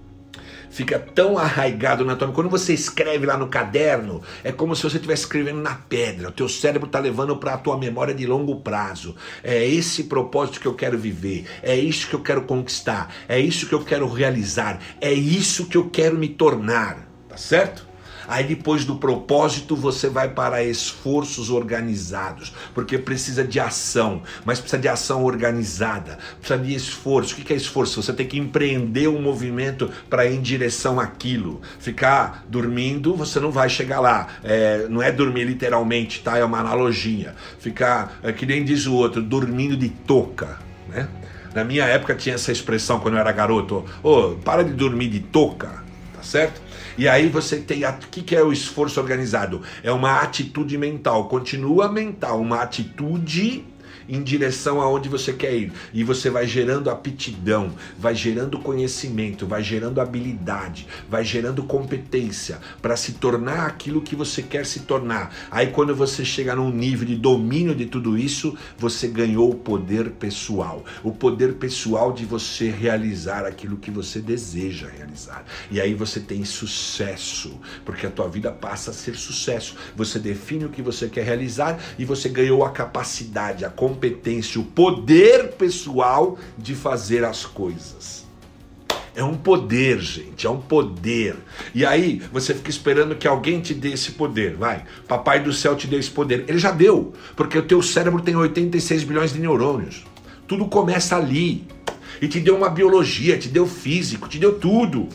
S1: fica tão arraigado na tua mente. Quando você escreve lá no caderno, é como se você estivesse escrevendo na pedra. O teu cérebro está levando para a tua memória de longo prazo. É esse propósito que eu quero viver. É isso que eu quero conquistar. É isso que eu quero realizar. É isso que eu quero me tornar. Tá certo? Aí depois do propósito você vai para esforços organizados, porque precisa de ação, mas precisa de ação organizada, precisa de esforço. O que é esforço? Você tem que empreender um movimento para ir em direção àquilo. Ficar dormindo, você não vai chegar lá. Não é dormir literalmente, tá? É uma analogia. Ficar, que nem diz o outro, dormindo de touca, né? Na minha época tinha essa expressão quando eu era garoto: para de dormir de touca, tá certo? E aí você tem, o que é o esforço organizado? É uma atitude mental, continua mental, uma atitude em direção aonde você quer ir. E você vai gerando aptidão, vai gerando conhecimento, vai gerando habilidade, vai gerando competência para se tornar aquilo que você quer se tornar. Aí quando você chega num nível de domínio de tudo isso, você ganhou o poder pessoal. O poder pessoal de você realizar aquilo que você deseja realizar. E aí você tem sucesso, porque a tua vida passa a ser sucesso. Você define o que você quer realizar e você ganhou a capacidade, a competência, o poder pessoal de fazer as coisas. É um poder, gente, é um poder. E aí você fica esperando que alguém te dê esse poder. Vai, Papai do Céu te deu esse poder. Ele já deu, porque o teu cérebro tem 86 bilhões de neurônios. Tudo começa ali. E te deu uma biologia, te deu físico, te deu tudo.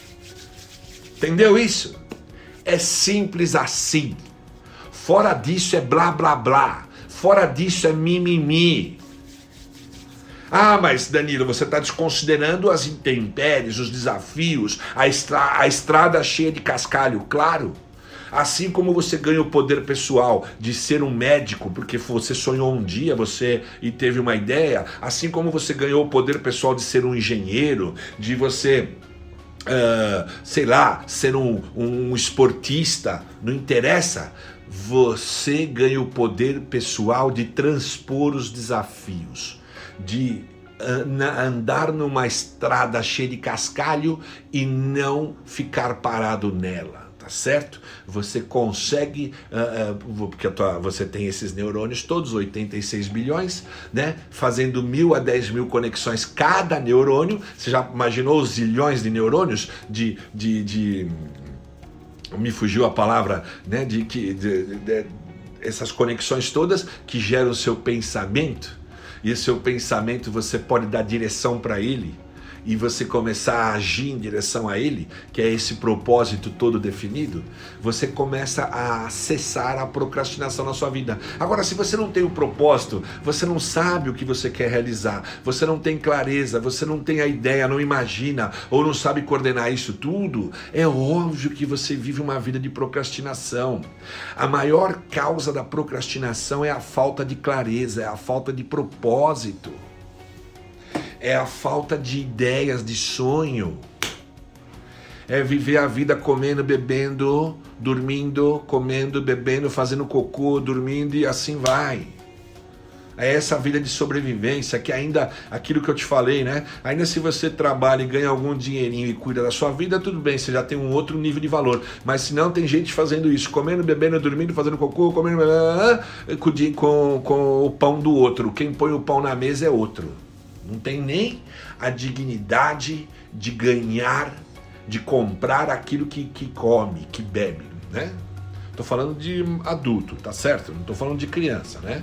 S1: Entendeu isso? É simples assim. Fora disso é blá blá blá. Fora disso é mimimi. Ah, mas Danilo, você está desconsiderando as intempéries, os desafios, a estrada cheia de cascalho. Claro, Assim como você ganha o poder pessoal de ser um médico, porque você sonhou um dia e teve uma ideia, assim como você ganhou o poder pessoal de ser um engenheiro, de você, sei lá, ser um esportista, não interessa, você ganha o poder pessoal de transpor os desafios, de andar numa estrada cheia de cascalho e não ficar parado nela, tá certo? Você consegue, porque você tem esses neurônios todos, 86 bilhões, né? Fazendo 1.000 a 10.000 conexões cada neurônio. Você já imaginou os zilhões de neurônios me fugiu a palavra, né? Essas conexões todas que geram o seu pensamento. E o seu pensamento você pode dar direção para ele e você começar a agir em direção a ele, que é esse propósito todo definido, você começa a acessar a procrastinação na sua vida. Agora, se você não tem o propósito, você não sabe o que você quer realizar, você não tem clareza, você não tem a ideia, não imagina ou não sabe coordenar isso tudo, é óbvio que você vive uma vida de procrastinação. A maior causa da procrastinação é a falta de clareza, é a falta de propósito. É a falta de ideias, de sonho. É viver a vida comendo, bebendo, dormindo, comendo, bebendo, fazendo cocô, dormindo e assim vai. É essa vida de sobrevivência que ainda, aquilo que eu te falei, né? Ainda se você trabalha e ganha algum dinheirinho e cuida da sua vida, tudo bem, você já tem um outro nível de valor. Mas se não, tem gente fazendo isso, comendo, bebendo, dormindo, fazendo cocô, comendo, com o pão do outro. Quem põe o pão na mesa é outro. Não tem nem a dignidade de ganhar, de comprar aquilo que come, que bebe, né? Tô falando de adulto, tá certo? Não tô falando de criança, né?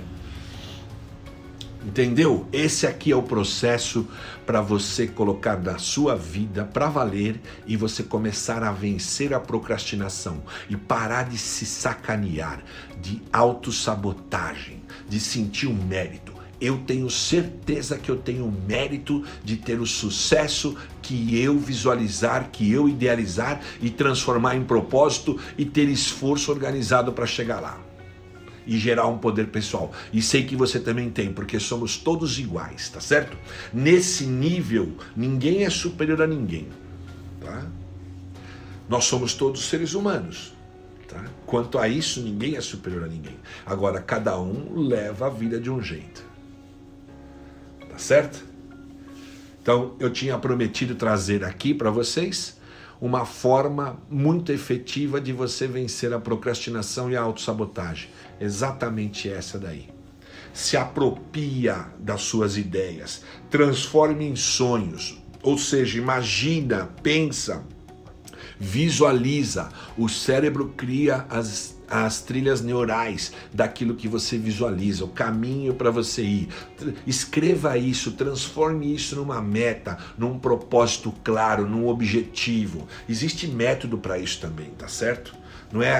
S1: Entendeu? Esse aqui é o processo para você colocar na sua vida para valer e você começar a vencer a procrastinação e parar de se sacanear, de autossabotagem, de sentir um mérito. Eu tenho certeza que eu tenho o mérito de ter o sucesso que eu visualizar, que eu idealizar e transformar em propósito e ter esforço organizado para chegar lá e gerar um poder pessoal. E sei que você também tem, porque somos todos iguais, tá certo? Nesse nível, ninguém é superior a ninguém, tá? Nós somos todos seres humanos. Tá? Quanto a isso, ninguém é superior a ninguém. Agora, cada um leva a vida de um jeito. Tá certo? Então, eu tinha prometido trazer aqui para vocês uma forma muito efetiva de você vencer a procrastinação e a autossabotagem. Exatamente essa daí. Se apropria das suas ideias, transforme em sonhos, ou seja, imagina, pensa, visualiza. O cérebro cria as trilhas neurais daquilo que você visualiza, o caminho para você ir. Escreva isso, transforme isso numa meta, num propósito claro, num objetivo. Existe método para isso também, tá certo? Não é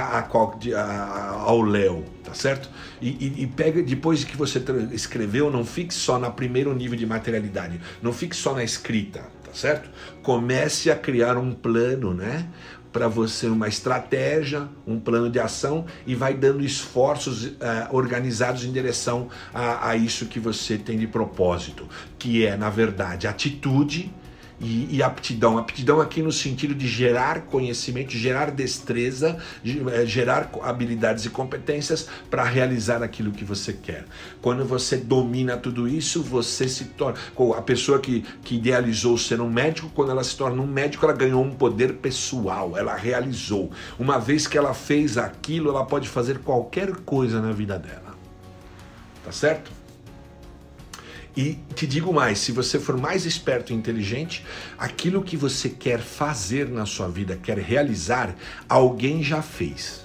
S1: ao léu, tá certo? E pega, depois que você escreveu, não fique só no primeiro nível de materialidade, não fique só na escrita, tá certo? Comece a criar um plano, né? Para você, uma estratégia, um plano de ação e vai dando esforços organizados em direção a isso que você tem de propósito, que é, na verdade, atitude e aptidão. Aptidão aqui no sentido de gerar conhecimento, gerar destreza, gerar habilidades e competências para realizar aquilo que você quer. Quando você domina tudo isso, você se torna... A pessoa que idealizou ser um médico, quando ela se torna um médico, ela ganhou um poder pessoal, ela realizou. Uma vez que ela fez aquilo, ela pode fazer qualquer coisa na vida dela. Tá certo? E te digo mais, se você for mais esperto e inteligente, aquilo que você quer fazer na sua vida, quer realizar, alguém já fez.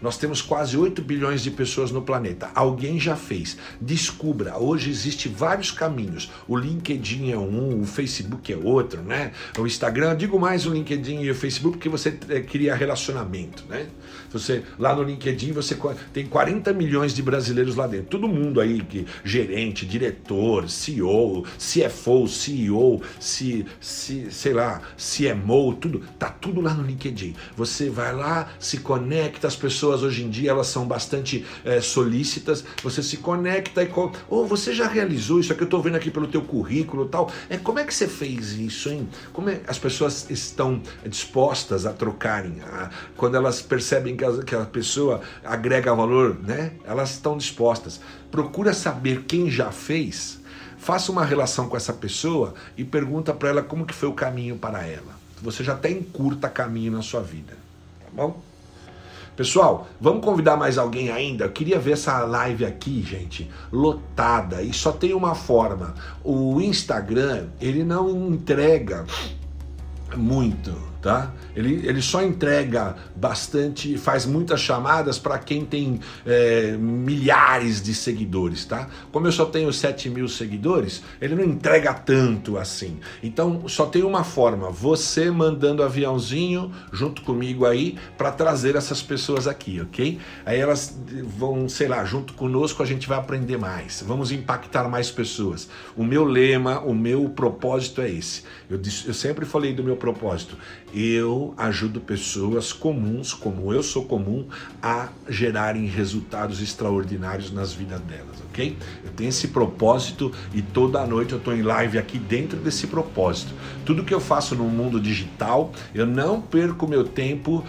S1: Nós temos quase 8 bilhões de pessoas no planeta. Alguém já fez. Descubra, hoje existem vários caminhos. O LinkedIn é um, o Facebook é outro, né? O Instagram, digo mais o LinkedIn e o Facebook porque você cria relacionamento, né? Você, lá no LinkedIn você tem 40 milhões de brasileiros lá dentro. Todo mundo aí, gerente, diretor, CEO, CFO, CEO, sei lá, CMO, tudo, tá tudo lá no LinkedIn. Você vai lá, se conecta, as pessoas hoje em dia elas são bastante solícitas, você se conecta e você já realizou isso aqui, eu tô vendo aqui pelo teu currículo e tal. Como é que você fez isso, hein? Como as pessoas estão dispostas a trocarem, quando elas percebem que a pessoa agrega valor, né? Elas estão dispostas. Procura saber quem já fez, faça uma relação com essa pessoa e pergunta para ela como que foi o caminho para ela. Você já até encurta caminho na sua vida, tá bom? Pessoal, vamos convidar mais alguém ainda? Eu queria ver essa live aqui, gente, lotada, e só tem uma forma. O Instagram, ele não entrega muito, tá? Ele só entrega bastante, faz muitas chamadas para quem tem milhares de seguidores, tá? Como eu só tenho 7 mil seguidores, ele não entrega tanto assim. Então só tem uma forma, você mandando aviãozinho junto comigo aí para trazer essas pessoas aqui, ok? Aí elas vão, sei lá, junto conosco a gente vai aprender mais, vamos impactar mais pessoas. O meu lema, o meu propósito é esse. Eu sempre falei do meu propósito. Eu ajudo pessoas comuns, como eu sou comum, a gerarem resultados extraordinários nas vidas delas, ok? Eu tenho esse propósito e toda noite eu estou em live aqui dentro desse propósito. Tudo que eu faço no mundo digital, eu não perco meu tempo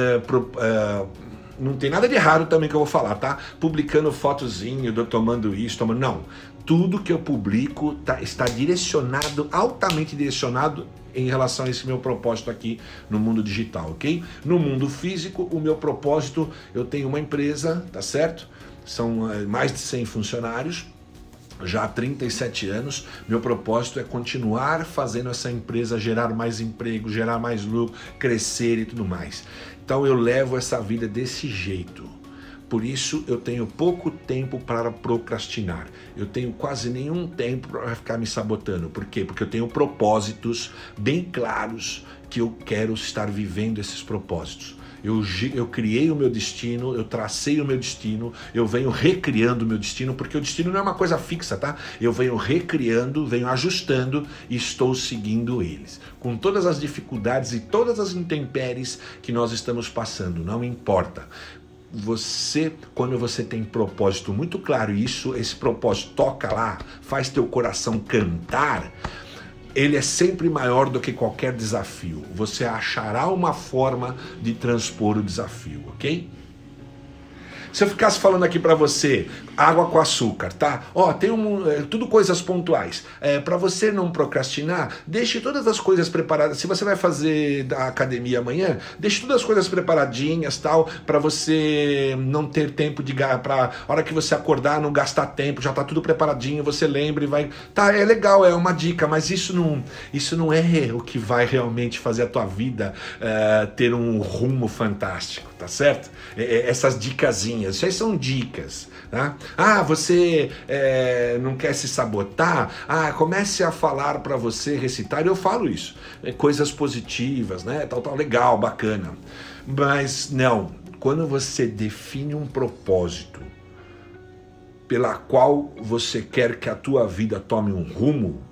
S1: não tem nada de errado também que eu vou falar, tá? Publicando fotozinho, eu tomando isso, não. Tudo que eu publico está direcionado, altamente direcionado em relação a esse meu propósito aqui no mundo digital, ok? No mundo físico, o meu propósito, eu tenho uma empresa, tá certo? São mais de 100 funcionários, já há 37 anos, meu propósito é continuar fazendo essa empresa gerar mais emprego, gerar mais lucro, crescer e tudo mais. Então eu levo essa vida desse jeito. Por isso eu tenho pouco tempo para procrastinar. Eu tenho quase nenhum tempo para ficar me sabotando. Por quê? Porque eu tenho propósitos bem claros que eu quero estar vivendo esses propósitos. Eu criei o meu destino, eu tracei o meu destino, eu venho recriando o meu destino, porque o destino não é uma coisa fixa, tá? Eu venho recriando, venho ajustando e estou seguindo eles. Com todas as dificuldades e todas as intempéries que nós estamos passando, não importa. Quando você tem propósito muito claro, e esse propósito toca lá, faz teu coração cantar, ele é sempre maior do que qualquer desafio. Você achará uma forma de transpor o desafio, ok? Se eu ficasse falando aqui para você, água com açúcar, tá? Tem tudo coisas pontuais. Para você não procrastinar, deixe todas as coisas preparadas. Se você vai fazer da academia amanhã, deixe todas as coisas preparadinhas, tal, para você não ter tempo para hora que você acordar não gastar tempo, já tá tudo preparadinho, você lembra e vai. Tá, é legal, é uma dica, mas isso não é o que vai realmente fazer a tua vida ter um rumo fantástico, tá certo? Essas dicasinhas. Isso aí são dicas, tá? Você não quer se sabotar? Comece a falar para você, recitar. Eu falo isso. Coisas positivas, né? Tal, legal, bacana. Mas não, quando você define um propósito pela qual você quer que a tua vida tome um rumo,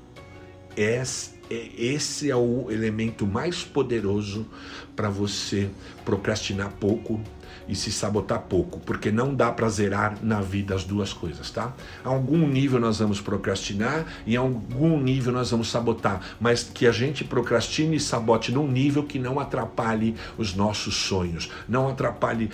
S1: esse é o elemento mais poderoso para você procrastinar pouco e se sabotar pouco, porque não dá para zerar na vida as duas coisas, tá? A algum nível nós vamos procrastinar e a algum nível nós vamos sabotar, mas que a gente procrastine e sabote num nível que não atrapalhe os nossos sonhos, não atrapalhe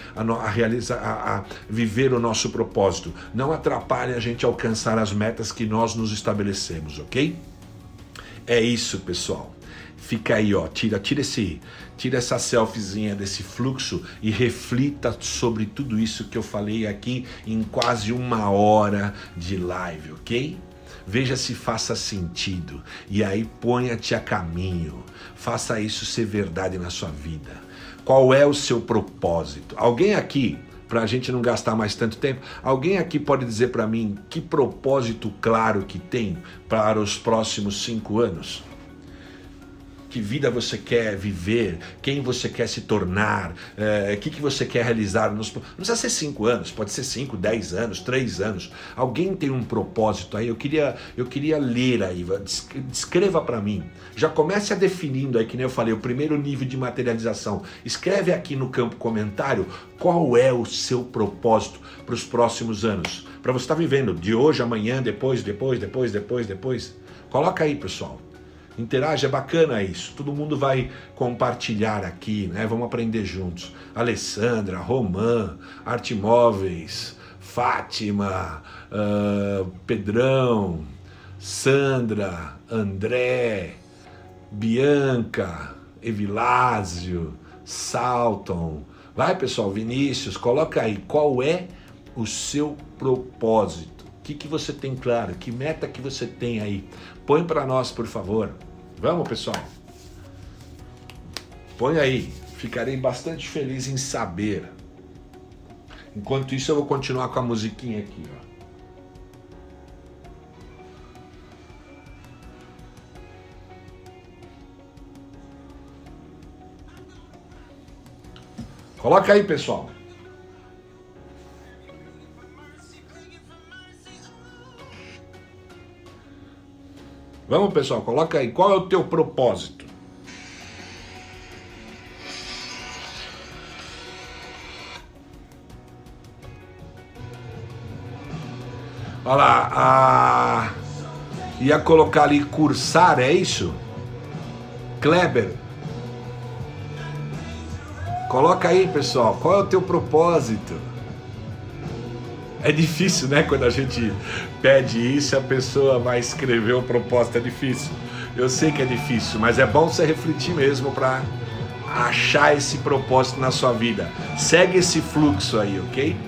S1: a viver o nosso propósito, não atrapalhe a gente alcançar as metas que nós nos estabelecemos, ok? É isso, pessoal. Fica aí, tira essa selfiezinha desse fluxo e reflita sobre tudo isso que eu falei aqui em quase 1 hora de live, ok? Veja se faça sentido e aí ponha-te a caminho. Faça isso ser verdade na sua vida. Qual é o seu propósito? Alguém aqui para a gente não gastar mais tanto tempo. Alguém aqui pode dizer para mim que propósito claro que tem para os próximos 5 anos? Que vida você quer viver, quem você quer se tornar, o que você quer realizar. Não precisa ser 5 anos, pode ser 5, 10 anos, 3 anos. Alguém tem um propósito aí? Eu queria ler aí, descreva para mim. Já comece a definindo aí, que nem eu falei, o primeiro nível de materialização. Escreve aqui no campo comentário qual é o seu propósito para os próximos anos. Para você estar vivendo de hoje, amanhã, depois. Coloca aí, pessoal. Interage, é bacana isso. Todo mundo vai compartilhar aqui, né? Vamos aprender juntos. Alessandra, Romã, Arte Móveis, Fátima, Pedrão, Sandra, André, Bianca, Evilásio, Salton. Vai, pessoal, Vinícius, coloca aí qual é o seu propósito. O que você tem claro? Que meta que você tem aí? Põe para nós, por favor. Vamos, pessoal? Põe aí. Ficarei bastante feliz em saber. Enquanto isso, eu vou continuar com a musiquinha aqui, ó. Coloca aí, pessoal. Vamos, pessoal, coloca aí. Qual é o teu propósito? Olha lá. Ia colocar ali cursar, é isso? Kleber. Coloca aí, pessoal. Qual é o teu propósito? É difícil, né? Quando a gente pede isso, a pessoa vai escrever o propósito. É difícil. Eu sei que é difícil, mas é bom você refletir mesmo para achar esse propósito na sua vida. Segue esse fluxo aí, ok?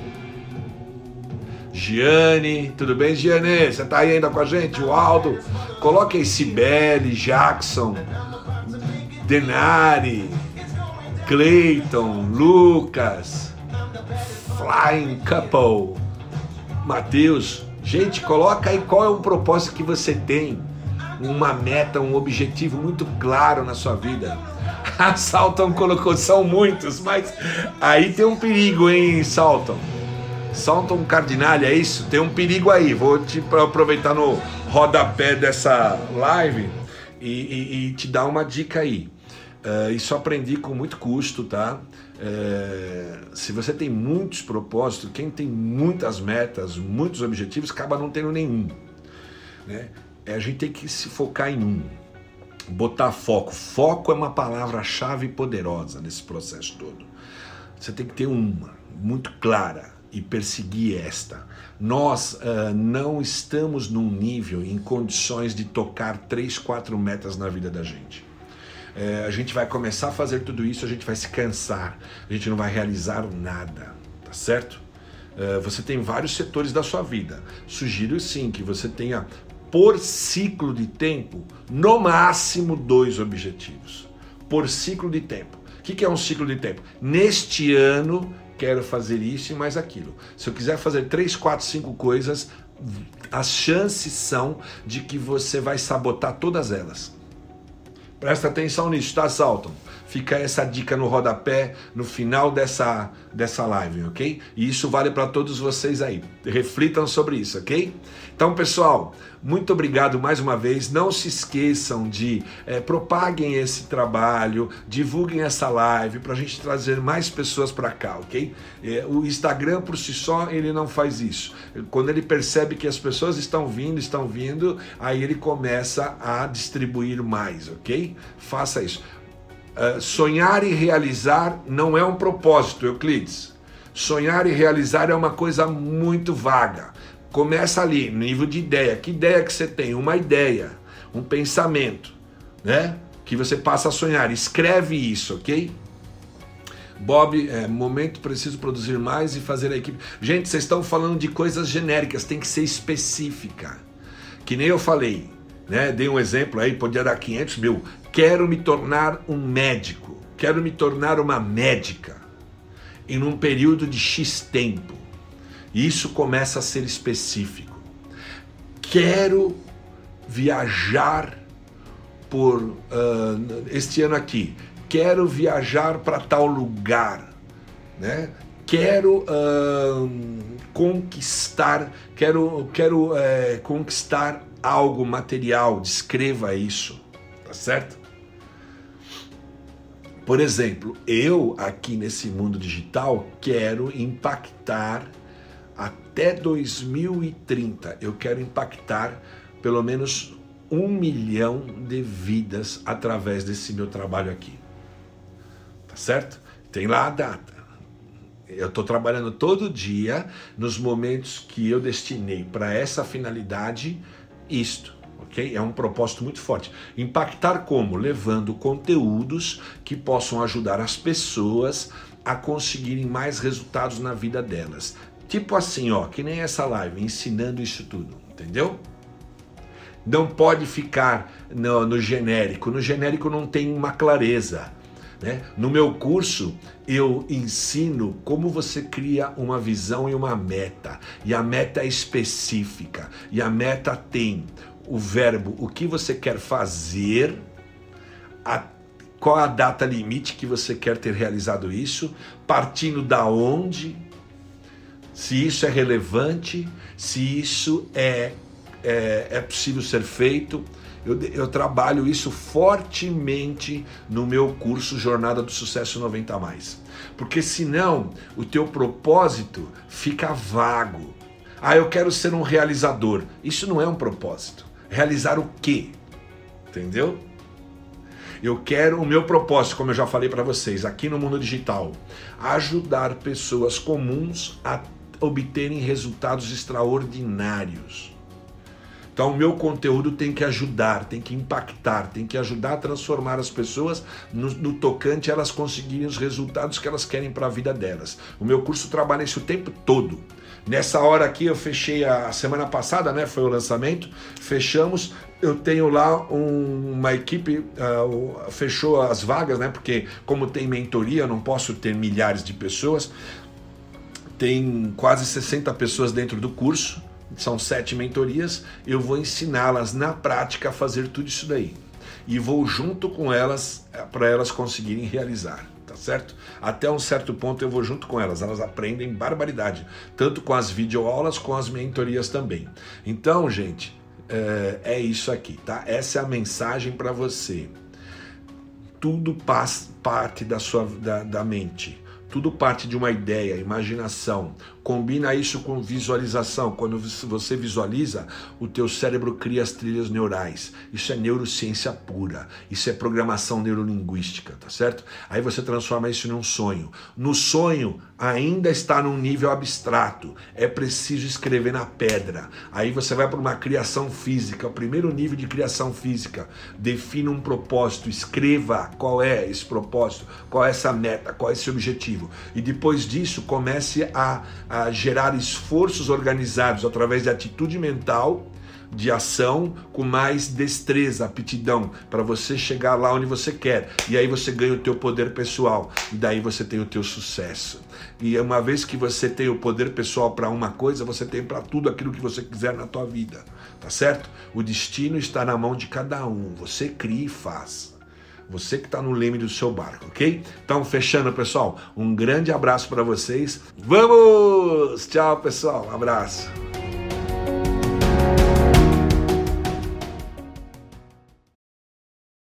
S1: Giane, tudo bem, Giane? Você tá aí ainda com a gente? O Aldo, coloca aí Cibele, Jackson, Denari, Cleiton, Lucas, Flying Couple, Matheus. Gente, coloca aí qual é o propósito que você tem, uma meta, um objetivo muito claro na sua vida. A Salton colocou, são muitos, mas aí tem um perigo, hein, Salton? Salton Cardinale, é isso? Tem um perigo aí. Vou te aproveitar no rodapé dessa live e te dar uma dica aí. Isso aprendi com muito custo, tá? Se você tem muitos propósitos, quem tem muitas metas, muitos objetivos, acaba não tendo nenhum, né? A gente tem que se focar em um, botar foco. Foco é uma palavra-chave poderosa nesse processo todo. Você tem que ter uma muito clara e perseguir esta. Nós não estamos num nível, em condições de tocar 3, 4 metas na vida da gente. A gente vai começar a fazer tudo isso, a gente vai se cansar, a gente não vai realizar nada, tá certo? Você tem vários setores da sua vida. Sugiro sim que você tenha, por ciclo de tempo, no máximo 2 objetivos. Por ciclo de tempo. O que é um ciclo de tempo? Neste ano, quero fazer isso e mais aquilo. Se eu quiser fazer 3, 4, 5 coisas, as chances são de que você vai sabotar todas elas. Presta atenção nisso, tá, Salton? Fica essa dica no rodapé, no final dessa live, ok? E isso vale para todos vocês aí. Reflitam sobre isso, ok? Então, pessoal, muito obrigado mais uma vez. Não se esqueçam de propaguem esse trabalho, divulguem essa live para a gente trazer mais pessoas para cá, ok? O Instagram por si só, ele não faz isso. Quando ele percebe que as pessoas estão vindo, aí ele começa a distribuir mais, ok? Faça isso. Sonhar e realizar não é um propósito, Euclides. Sonhar e realizar é uma coisa muito vaga. Começa ali, no nível de ideia. Que ideia que você tem? Uma ideia, um pensamento, né? Que você passa a sonhar. Escreve isso, ok? Bob, momento preciso produzir mais e fazer a equipe. Gente, vocês estão falando de coisas genéricas, tem que ser específica. Que nem eu falei, né? Dei um exemplo aí, podia dar 500 mil. Quero me tornar um médico, quero me tornar uma médica. em um período de X tempo. Isso começa a ser específico. Quero viajar por este ano aqui. Quero viajar para tal lugar, né? Quero conquistar, conquistar algo material. Descreva isso, tá certo? Por exemplo, eu aqui nesse mundo digital quero impactar até 2030. Eu quero impactar pelo menos 1 milhão de vidas através desse meu trabalho aqui. Tá certo? Tem lá a data. Eu estou trabalhando todo dia nos momentos que eu destinei para essa finalidade isto. Okay? É um propósito muito forte. Impactar como? Levando conteúdos que possam ajudar as pessoas a conseguirem mais resultados na vida delas. Tipo assim, ó, que nem essa live, ensinando isso tudo, entendeu? Não pode ficar no genérico. No genérico não tem uma clareza, né? No meu curso, eu ensino como você cria uma visão e uma meta. E a meta é específica. E a meta tem o verbo, o que você quer fazer, qual a data limite que você quer ter realizado isso, partindo da onde, se isso é relevante, se isso é possível ser feito. Eu trabalho isso fortemente no meu curso Jornada do Sucesso 90+. Porque senão o teu propósito fica vago. Eu quero ser um realizador. Isso não é um propósito. Realizar o quê? Entendeu? Eu quero o meu propósito, como eu já falei para vocês, aqui no mundo digital, ajudar pessoas comuns a obterem resultados extraordinários. Então o meu conteúdo tem que ajudar, tem que impactar, tem que ajudar a transformar as pessoas no tocante a elas conseguirem os resultados que elas querem para a vida delas. O meu curso trabalha isso o tempo todo. Nessa hora aqui eu fechei a semana passada, né? Foi o lançamento, fechamos. Eu tenho lá uma equipe, fechou as vagas, né? Porque como tem mentoria, eu não posso ter milhares de pessoas. Tem quase 60 pessoas dentro do curso. São 7 mentorias, eu vou ensiná-las na prática a fazer tudo isso daí. E vou junto com elas para elas conseguirem realizar, tá certo? Até um certo ponto eu vou junto com elas aprendem barbaridade, tanto com as videoaulas, com as mentorias também. Então, gente, é isso aqui, tá? Essa é a mensagem para você. Tudo parte da mente. Tudo parte de uma ideia, imaginação. Combina isso com visualização. Quando você visualiza, o teu cérebro cria as trilhas neurais. Isso é neurociência pura. Isso é programação neurolinguística, tá certo? Aí você transforma isso num sonho. No sonho, ainda está num nível abstrato. É preciso escrever na pedra. Aí você vai para uma criação física. O primeiro nível de criação física. Defina um propósito. Escreva qual é esse propósito, qual é essa meta, qual é esse objetivo. E depois disso, comece a gerar esforços organizados através de atitude mental, de ação, com mais destreza, aptidão, para você chegar lá onde você quer. E aí você ganha o teu poder pessoal. E daí você tem o teu sucesso. E uma vez que você tem o poder pessoal para uma coisa, você tem para tudo aquilo que você quiser na tua vida. Tá certo? O destino está na mão de cada um. Você cria e faz. Você que está no leme do seu barco, ok? Então, fechando, pessoal, um grande abraço para vocês. Vamos! Tchau, pessoal. Um abraço.